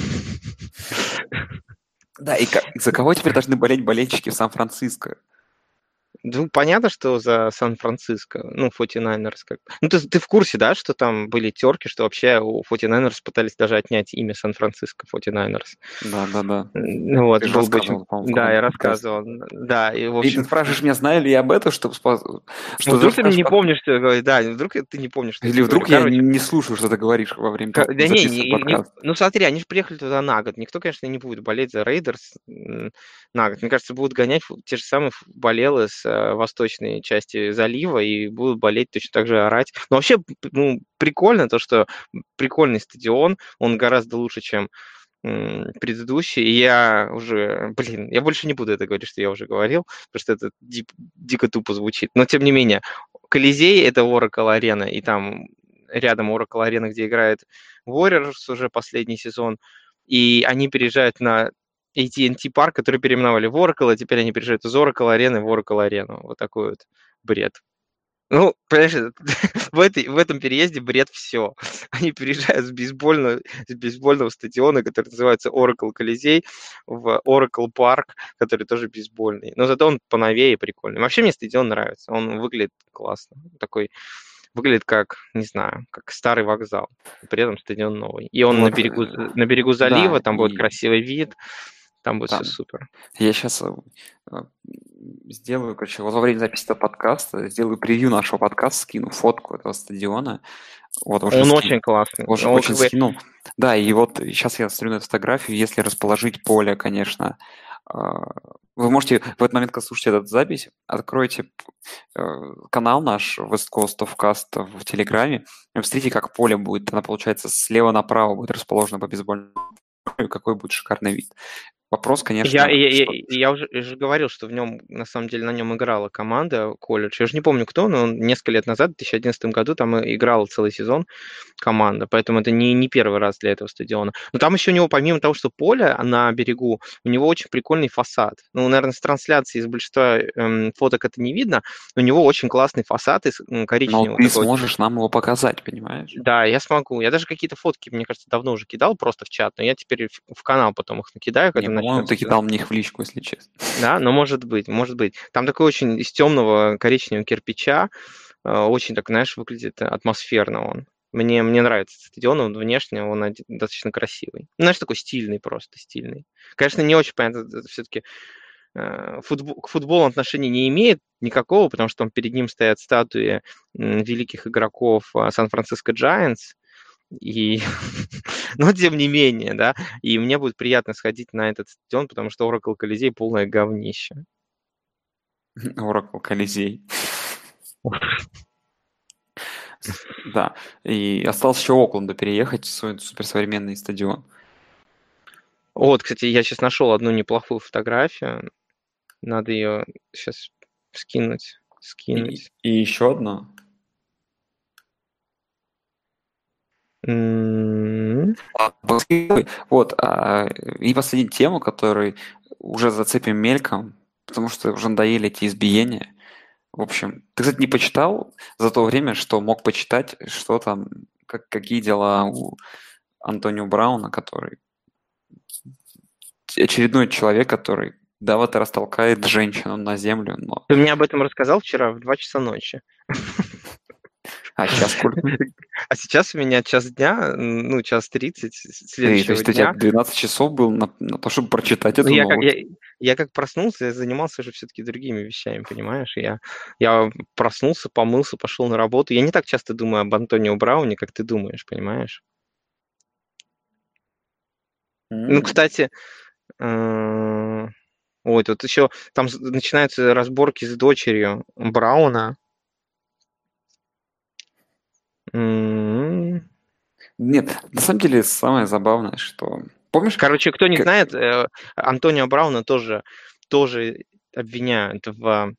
[SPEAKER 4] Да, и ка- за кого теперь должны болеть болельщики в Сан-Франциско?
[SPEAKER 2] Ну, понятно, что за Сан-Франциско, ну, форти-найнерс как бы. Ну, ты, ты в курсе, да, что там были терки, что вообще у форти-найнерс пытались даже отнять имя Сан-Франциско форти-найнерс.
[SPEAKER 4] Да, да, да.
[SPEAKER 2] Ну вот,
[SPEAKER 4] Ты же
[SPEAKER 2] был бы очень...
[SPEAKER 4] рассказывал, по-моему, в
[SPEAKER 2] Да, я
[SPEAKER 4] каком-то подкасте.
[SPEAKER 2] рассказывал. Да, и, в
[SPEAKER 4] И ты
[SPEAKER 2] общем,
[SPEAKER 4] спрашиваешь меня, знаю ли я об этом, чтобы спа-
[SPEAKER 2] ну,
[SPEAKER 4] что
[SPEAKER 2] вдруг ты
[SPEAKER 4] расскажешь
[SPEAKER 2] не
[SPEAKER 4] под-
[SPEAKER 2] помнишь, что я говорю. Да, вдруг ты не помнишь, что я
[SPEAKER 4] Или
[SPEAKER 2] тебе говорю.
[SPEAKER 4] вдруг я
[SPEAKER 2] Короче,
[SPEAKER 4] не слушаю, что ты говоришь во время того,
[SPEAKER 2] Ка-
[SPEAKER 4] как
[SPEAKER 2] Да
[SPEAKER 4] мы
[SPEAKER 2] не,
[SPEAKER 4] записываем
[SPEAKER 2] не- не-
[SPEAKER 4] подкаст.
[SPEAKER 2] ну смотри, они же приехали туда на год. Никто, конечно, не будет болеть за Рейдерс м, на год. Мне кажется, будут гонять фу- те же самые ф- болелы с э, восточной части залива и будут болеть точно так же, орать. Но вообще, п- ну, прикольно то, что прикольный стадион, он гораздо лучше, чем м, предыдущий. И я уже, блин, я больше не буду это говорить, что я уже говорил, потому что это дип- дико тупо звучит. Но тем не менее, Колизей — это Oracle арена, и там рядом Oracle арена, где играет Warriors уже последний сезон, и они переезжают на эй ти энд ти парк, который переименовали в Oracle, а теперь они переезжают из Oracle арены в Oracle арену. Вот такой вот бред. Ну, понимаешь, в, этой, в этом переезде бред все. Они переезжают с бейсбольного, с бейсбольного стадиона, который называется Oracle Колизей, в Oracle Парк, который тоже бейсбольный. Но зато он поновее и прикольный. Вообще мне стадион нравится. Он выглядит классно. Такой, выглядит как, не знаю, как старый вокзал. При этом стадион новый. И он на
[SPEAKER 4] Вот,
[SPEAKER 2] берегу,
[SPEAKER 4] э,
[SPEAKER 2] на берегу залива,
[SPEAKER 4] да,
[SPEAKER 2] там будет
[SPEAKER 4] и
[SPEAKER 2] красивый вид, там будет все
[SPEAKER 4] там
[SPEAKER 2] супер.
[SPEAKER 4] я сейчас сделаю, короче, вот во время записи этого подкаста сделаю превью нашего подкаста, скину фотку этого стадиона. Вот уже
[SPEAKER 2] Он
[SPEAKER 4] скинул.
[SPEAKER 2] очень классный.
[SPEAKER 4] Уже
[SPEAKER 2] Он
[SPEAKER 4] очень
[SPEAKER 2] как бы-
[SPEAKER 4] скинул. Да, и вот сейчас я смотрю на эту фотографию, если расположить поле, конечно, а, вы можете в этот момент, когда слушаете эту запись, откройте э, канал наш West Coast of Cast в Телеграме, и посмотрите, как поле будет. Она, получается, слева направо будет расположена по бейсбольному полю, какой будет шикарный вид. Вопрос, конечно,
[SPEAKER 2] Я, я, я,
[SPEAKER 4] что-
[SPEAKER 2] я уже, я же говорил, что в нем, на самом деле, на нем играла команда колледж. Я же не помню, кто, но он несколько лет назад, в две тысячи одиннадцатом году, там и играл целый сезон команда, поэтому это не, не первый раз для этого стадиона. Но там еще у него, помимо того, что поле на берегу, у него очень прикольный фасад. Ну, наверное, с трансляции из большинства эм, фоток это не видно, но у него очень классный фасад из м,
[SPEAKER 4] Но
[SPEAKER 2] коричневого.
[SPEAKER 4] ты
[SPEAKER 2] такой.
[SPEAKER 4] сможешь нам его показать, понимаешь?
[SPEAKER 2] Да, я смогу. Я даже какие-то фотки, мне кажется, давно уже кидал просто в чат, но я теперь в, в канал потом их накидаю,
[SPEAKER 4] Не,
[SPEAKER 2] когда
[SPEAKER 4] по-моему,
[SPEAKER 2] начнется.
[SPEAKER 4] ты кидал мне их в личку, если честно.
[SPEAKER 2] Да, но может быть, может быть. Там такой очень из темного коричневого кирпича, э, очень так, знаешь, выглядит атмосферно он. Мне, мне нравится стадион, он внешне, он один- достаточно красивый. Знаешь, такой стильный просто, стильный. Конечно, не очень понятно, все-таки футбол, к футболу отношения не имеет никакого, потому что там перед ним стоят статуи м, великих игроков а, Сан-Франциско Giants, и, но тем не менее, да, и мне будет приятно сходить на этот стадион, потому что Oracle Колизей полное говнище.
[SPEAKER 4] Oracle Колизей. Да, и осталось еще Окленду переехать в свой суперсовременный стадион.
[SPEAKER 2] Вот, кстати, я сейчас нашел одну неплохую фотографию. Надо ее сейчас скинуть.
[SPEAKER 4] И,
[SPEAKER 2] Скинуть.
[SPEAKER 4] и еще одно.
[SPEAKER 2] М,
[SPEAKER 4] А, баскетбол. Вот, а, и последнюю тему, которую уже зацепим мельком, потому что уже надоели эти избиения. В общем, ты, кстати, не почитал за то время, что мог почитать, что там, как, какие дела у Антонио Брауна, который очередной человек, который да, вот растолкает женщину на землю, но...
[SPEAKER 2] Ты мне об этом рассказал вчера в два часа ночи.
[SPEAKER 4] А сейчас сколько?
[SPEAKER 2] А сейчас у меня час дня, м, ну, час тридцать с-
[SPEAKER 4] Ты, то
[SPEAKER 2] следующего
[SPEAKER 4] есть у тебя
[SPEAKER 2] дня.
[SPEAKER 4] двенадцать часов был на, на то, чтобы прочитать
[SPEAKER 2] Ну,
[SPEAKER 4] эту
[SPEAKER 2] я как, я,
[SPEAKER 4] новость.
[SPEAKER 2] я как проснулся, я занимался же все-таки другими вещами, понимаешь? Я, я проснулся, помылся, пошел на работу. Я не так часто думаю об Антонио Брауне, как ты думаешь, понимаешь? Ну,
[SPEAKER 4] М.
[SPEAKER 2] кстати, э, ой, тут еще там с- начинаются разборки с дочерью Брауна. М.
[SPEAKER 4] Нет, на самом деле самое забавное, что... Помнишь,
[SPEAKER 2] Короче, кто не
[SPEAKER 4] как...
[SPEAKER 2] знает, э, Антонио Брауна тоже, тоже обвиняют в,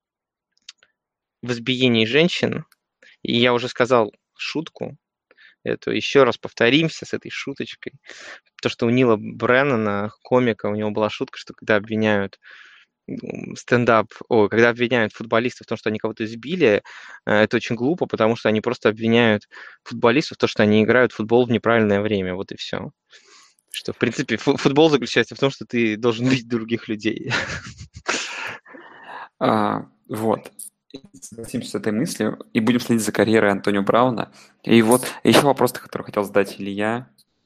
[SPEAKER 2] в избиении женщин. И я уже сказал шутку эту. Еще раз повторимся с этой шуточкой. То, что у Нила Бреннана, комика, у него была шутка, что когда обвиняют м, стендап, о, когда обвиняют футболистов в том, что они кого-то избили, э, это очень глупо, потому что они просто обвиняют футболистов в том, что они играют в футбол в неправильное время. Вот и все. Что, в принципе, фу- футбол заключается в том, что ты должен бить других людей.
[SPEAKER 4] а, вот. И согласимся с этой мыслью и будем следить за карьерой Антонио Брауна. И вот еще вопрос, который хотел задать Илья.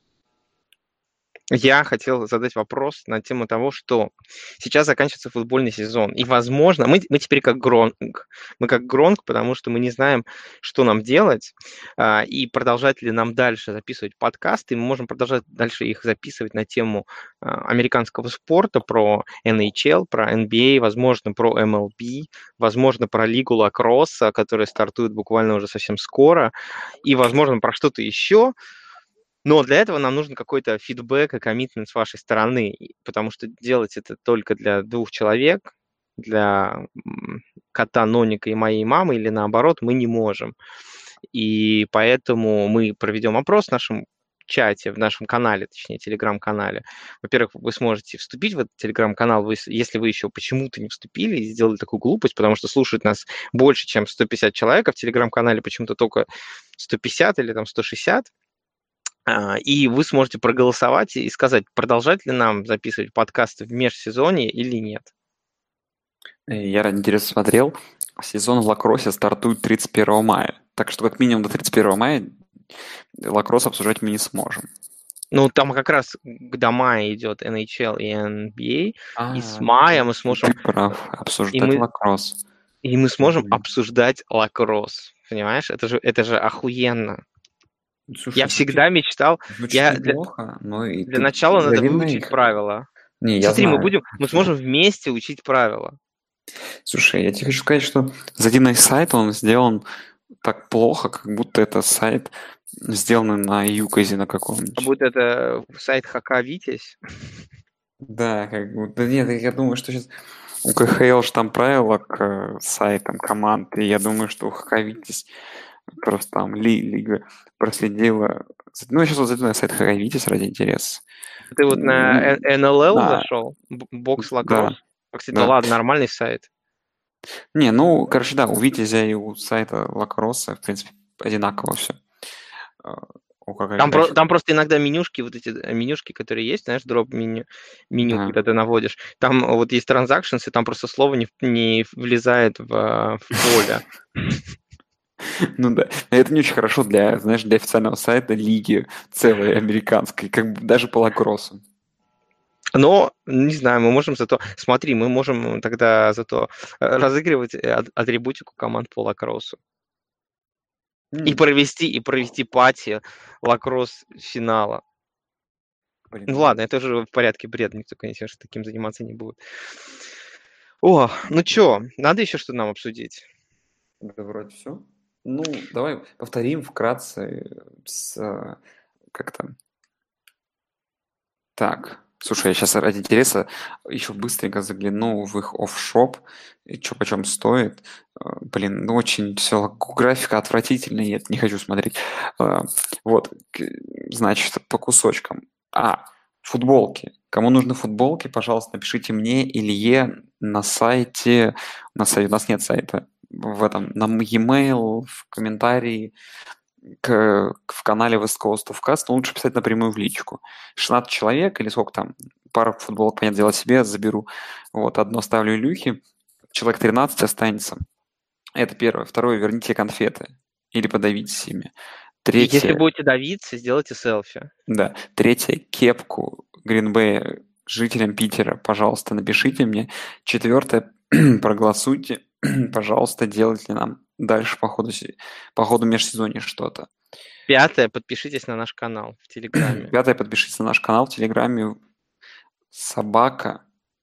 [SPEAKER 2] Я хотел задать вопрос на тему того, что сейчас заканчивается футбольный сезон, и, возможно, мы, мы теперь как Гронк. Мы как Гронк, потому что мы не знаем, что нам делать, а, и продолжать ли нам дальше записывать подкасты. Мы можем продолжать дальше их записывать на тему а, американского спорта, про эн эйч эл, про эн би эй, возможно, про эм эл би, возможно, про лигу лакросса, которая стартует буквально уже совсем скоро, и, возможно, про что-то еще. Но для этого нам нужен какой-то фидбэк и коммитмент с вашей стороны, и- потому что делать это только для двух человек, для м, кота Ноника и моей мамы, или наоборот, мы не можем. И поэтому мы проведем опрос в нашем чате, в нашем канале, точнее, телеграм-канале. Во-первых, вы сможете вступить в этот телеграм-канал, вы с- если вы еще почему-то не вступили и сделали такую глупость, потому что слушает нас больше, чем сто пятьдесят человек, а в телеграм-канале почему-то только сто пятьдесят или там сто шестьдесят. А, И вы сможете проголосовать и сказать, продолжать ли нам записывать подкасты в межсезонье или нет.
[SPEAKER 4] И Я ради интереса смотрел. Сезон в лакроссе стартует тридцать первого мая. Так что как минимум до тридцать первого мая лакросс обсуждать мы не сможем.
[SPEAKER 2] Ну, там как раз до мая идет эн эйч эл и эн би эй, и с
[SPEAKER 4] А,
[SPEAKER 2] мая мы
[SPEAKER 4] ты
[SPEAKER 2] сможем,
[SPEAKER 4] прав.
[SPEAKER 2] и
[SPEAKER 4] Обсуждать
[SPEAKER 2] мы,
[SPEAKER 4] лакросс.
[SPEAKER 2] и мы сможем
[SPEAKER 4] Мгм.
[SPEAKER 2] обсуждать лакросс. Понимаешь? Это же, это же охуенно.
[SPEAKER 4] Слушай,
[SPEAKER 2] Я
[SPEAKER 4] звучит,
[SPEAKER 2] всегда мечтал,
[SPEAKER 4] звучит
[SPEAKER 2] я для,
[SPEAKER 4] неплохо, но и
[SPEAKER 2] для
[SPEAKER 4] тут
[SPEAKER 2] начала надо
[SPEAKER 4] взаимно
[SPEAKER 2] выучить
[SPEAKER 4] их.
[SPEAKER 2] правила.
[SPEAKER 4] Не, я
[SPEAKER 2] Смотри, мы
[SPEAKER 4] знаю.
[SPEAKER 2] будем, мы сможем вместе учить правила.
[SPEAKER 4] Слушай, я тебе хочу сказать, что зайди сайт, он сделан так плохо, как будто это сайт, сделанный на юказе на
[SPEAKER 2] Как
[SPEAKER 4] каком-нибудь.
[SPEAKER 2] будто это сайт ха ка Витязь.
[SPEAKER 4] Да, как будто... Нет, я думаю, что сейчас у ка ха эл же там правила к э, сайтам команд, и я думаю, что у Хаковитис просто там ли, лига проследила... Ну, я сейчас вот зайду на сайт Хаковитис ради интереса.
[SPEAKER 2] Ты вот на
[SPEAKER 4] М,
[SPEAKER 2] эн эл эл
[SPEAKER 4] На,
[SPEAKER 2] зашел? Б- Бокс
[SPEAKER 4] да,
[SPEAKER 2] Лакросс? А, кстати, да
[SPEAKER 4] да.
[SPEAKER 2] ладно, нормальный сайт.
[SPEAKER 4] Не, ну, короче, да, у Витязя и у сайта Лакросса, в принципе, одинаково все. У ка ка
[SPEAKER 2] Там, про-
[SPEAKER 4] F.
[SPEAKER 2] там просто иногда менюшки, вот эти э, менюшки, которые есть, знаешь, дроп меню, меню,
[SPEAKER 4] Да.
[SPEAKER 2] когда ты наводишь, там вот есть transactions, и там просто слово не, в- не влезает в, в поле.
[SPEAKER 4] Ну да, это не очень хорошо для, знаешь, для официального сайта лиги целой американской, как бы даже по лакроссу.
[SPEAKER 2] Но, не знаю, мы можем зато... Смотри, мы можем тогда зато разыгрывать атрибутику команд по лакроссу. Mm. И провести, и провести пати лакросс-финала. Блин, ну ладно, это уже в порядке бреда, никто, конечно, таким заниматься не будет. О, ну чё, надо еще что-то нам обсудить?
[SPEAKER 4] Да вроде все. Ну, давай повторим вкратце с... Как там? Так, слушай, я сейчас ради интереса еще быстренько загляну в их оффшоп, и что почем стоит. Блин, ну очень все, графика отвратительная, нет, не хочу смотреть. Вот, значит, по кусочкам. А, футболки. Кому нужны футболки, пожалуйста, напишите мне, Илье, на сайте, на сайте, у нас нет сайта, в этом, на e-mail, в комментарии к, в канале West Coast of Cast, но лучше писать напрямую в личку. шестнадцать человек или сколько там, пару футболок, понятное дело, себе заберу. Вот, одно ставлю Илюхе, человек тринадцать останется. Это первое. Второе, верните конфеты или подавитесь ими. Третье,
[SPEAKER 2] если будете давиться, сделайте селфи.
[SPEAKER 4] Да. Третье, кепку Green Bay жителям Питера, пожалуйста, напишите мне. Четвертое, проголосуйте, пожалуйста, делайте нам дальше по ходу, по ходу межсезонья что-то.
[SPEAKER 2] Пятое, подпишитесь на наш канал в Телеграме.
[SPEAKER 4] Пятое, подпишитесь на наш канал в Телеграме. Собака.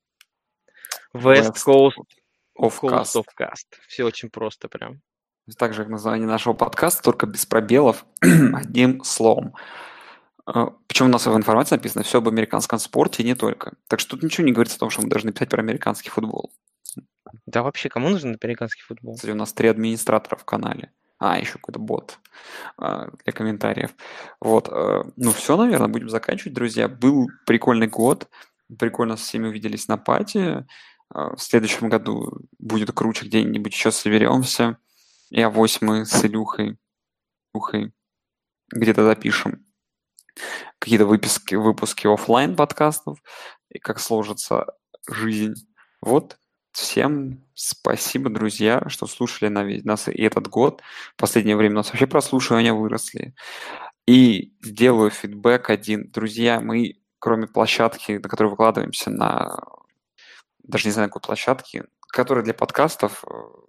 [SPEAKER 2] West Coast
[SPEAKER 4] of Cast.
[SPEAKER 2] of Cast. Все очень просто прям.
[SPEAKER 4] Так же, как название нашего подкаста, только без пробелов, одним словом. Причем у нас в информации написано все об американском спорте и не только. Так что тут ничего не говорится о том, что мы должны писать про американский футбол.
[SPEAKER 2] Да вообще, кому нужен американский футбол?
[SPEAKER 4] Кстати, у нас три администратора в канале. А, еще какой-то бот а, для комментариев. Вот. А, ну все, наверное, будем заканчивать, друзья. Был прикольный год. Прикольно со всеми увиделись на пати. А, в следующем году будет круче, где-нибудь еще соберемся. И авось мы с Илюхой, Илюхой где-то запишем какие-то выпуски, выпуски офлайн подкастов и как сложится жизнь. Вот. Всем спасибо, друзья, что слушали нас и этот год. В последнее время у нас вообще прослушивания выросли. И сделаю фидбэк один. Друзья, мы, кроме площадки, на которой выкладываемся на... Даже не знаю, какой площадки, которая для подкастов...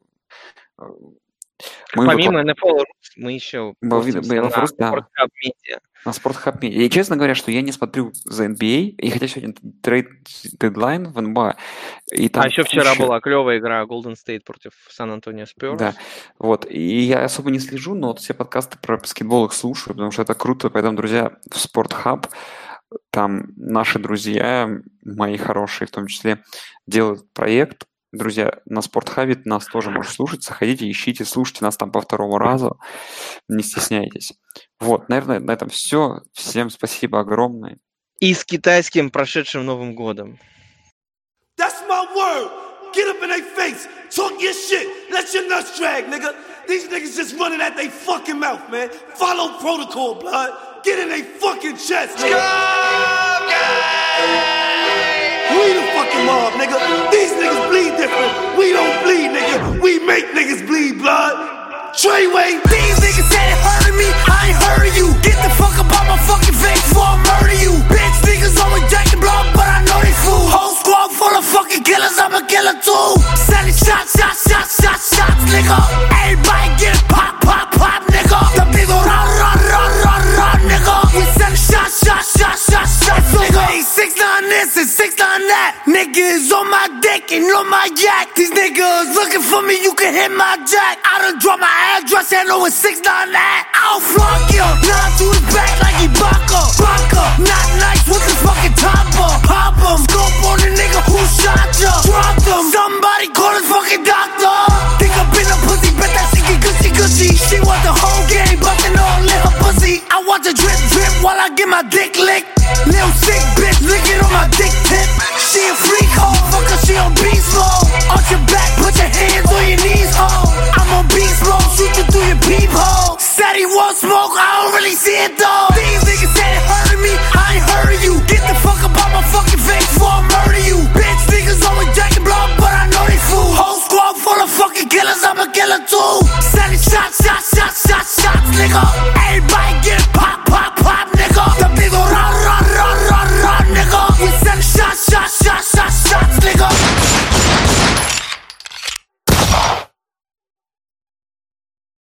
[SPEAKER 2] Мы Помимо выклад... эн эф эл мы еще
[SPEAKER 4] мы на
[SPEAKER 2] Sporthub
[SPEAKER 4] Media. На Sporthub Media. И честно говоря, что я не смотрю за эн би эй, и хотя сегодня трейд дедлайн в эн би эй. И там
[SPEAKER 2] а еще вчера куча... была клевая игра Golden State против Сан-Антонио Спёрс.
[SPEAKER 4] Да, вот. И я особо не слежу, но вот все подкасты про баскетбол их слушаю, потому что это круто. Поэтому, друзья, в Sporthub там наши друзья, мои хорошие в том числе, делают проект. Друзья, на Спортхабе нас тоже можно слушать. Заходите, ищите, слушайте нас там по второму разу. Не стесняйтесь. Вот, наверное, на этом все. Всем спасибо огромное.
[SPEAKER 2] И с китайским прошедшим Новым годом.
[SPEAKER 1] That's my word. Get up in their face. Talk your shit. Let your nuts drag, nigga. These niggas just running at their fucking mouth, man. Follow protocol, blood. Get in their fucking chest, nigga. We the fucking mob, nigga. These niggas bleed different. We don't bleed, nigga. We make niggas bleed, blood. Treyway.
[SPEAKER 5] These niggas said it hurting me. I ain't hurting you. Get the fuck up out my fucking face before I murder you. Bitch niggas always jacking blood, but I know they fool. Whole squad full of fucking killers. I'm a killer too. Selling shots, shots, shots, shots, shots, nigga. Everybody get pop, pop, pop, nigga. The big ol' run, run, run, run, run, nigga. We selling shots, shots, shots, shots, shots, nigga. Six nine this and six nine that. Niggas on my dick and on my yak. These niggas looking for me, you can hit my jack. I done drop my address and know it's six nine that. I'll flunk you. Nine to his back like he Baka. Baka. Not nice with the fucking topper. Pop him. Scope on the nigga who shot ya. Drop him. Somebody call his fucking doctor. Think I've been a pussy, bet that she get gushy gushy. She want the whole game, bustin' all in her pussy. I watch her drip drip while I get my dick licked. Little sick bitch, lick it on my dick tip. She a freak hoe, fucker, she on beast mode. Arch your back, put your hands on your knees, ho. I'm on beast mode, shoot you through your peephole. Said he won't smoke, I don't really see it though.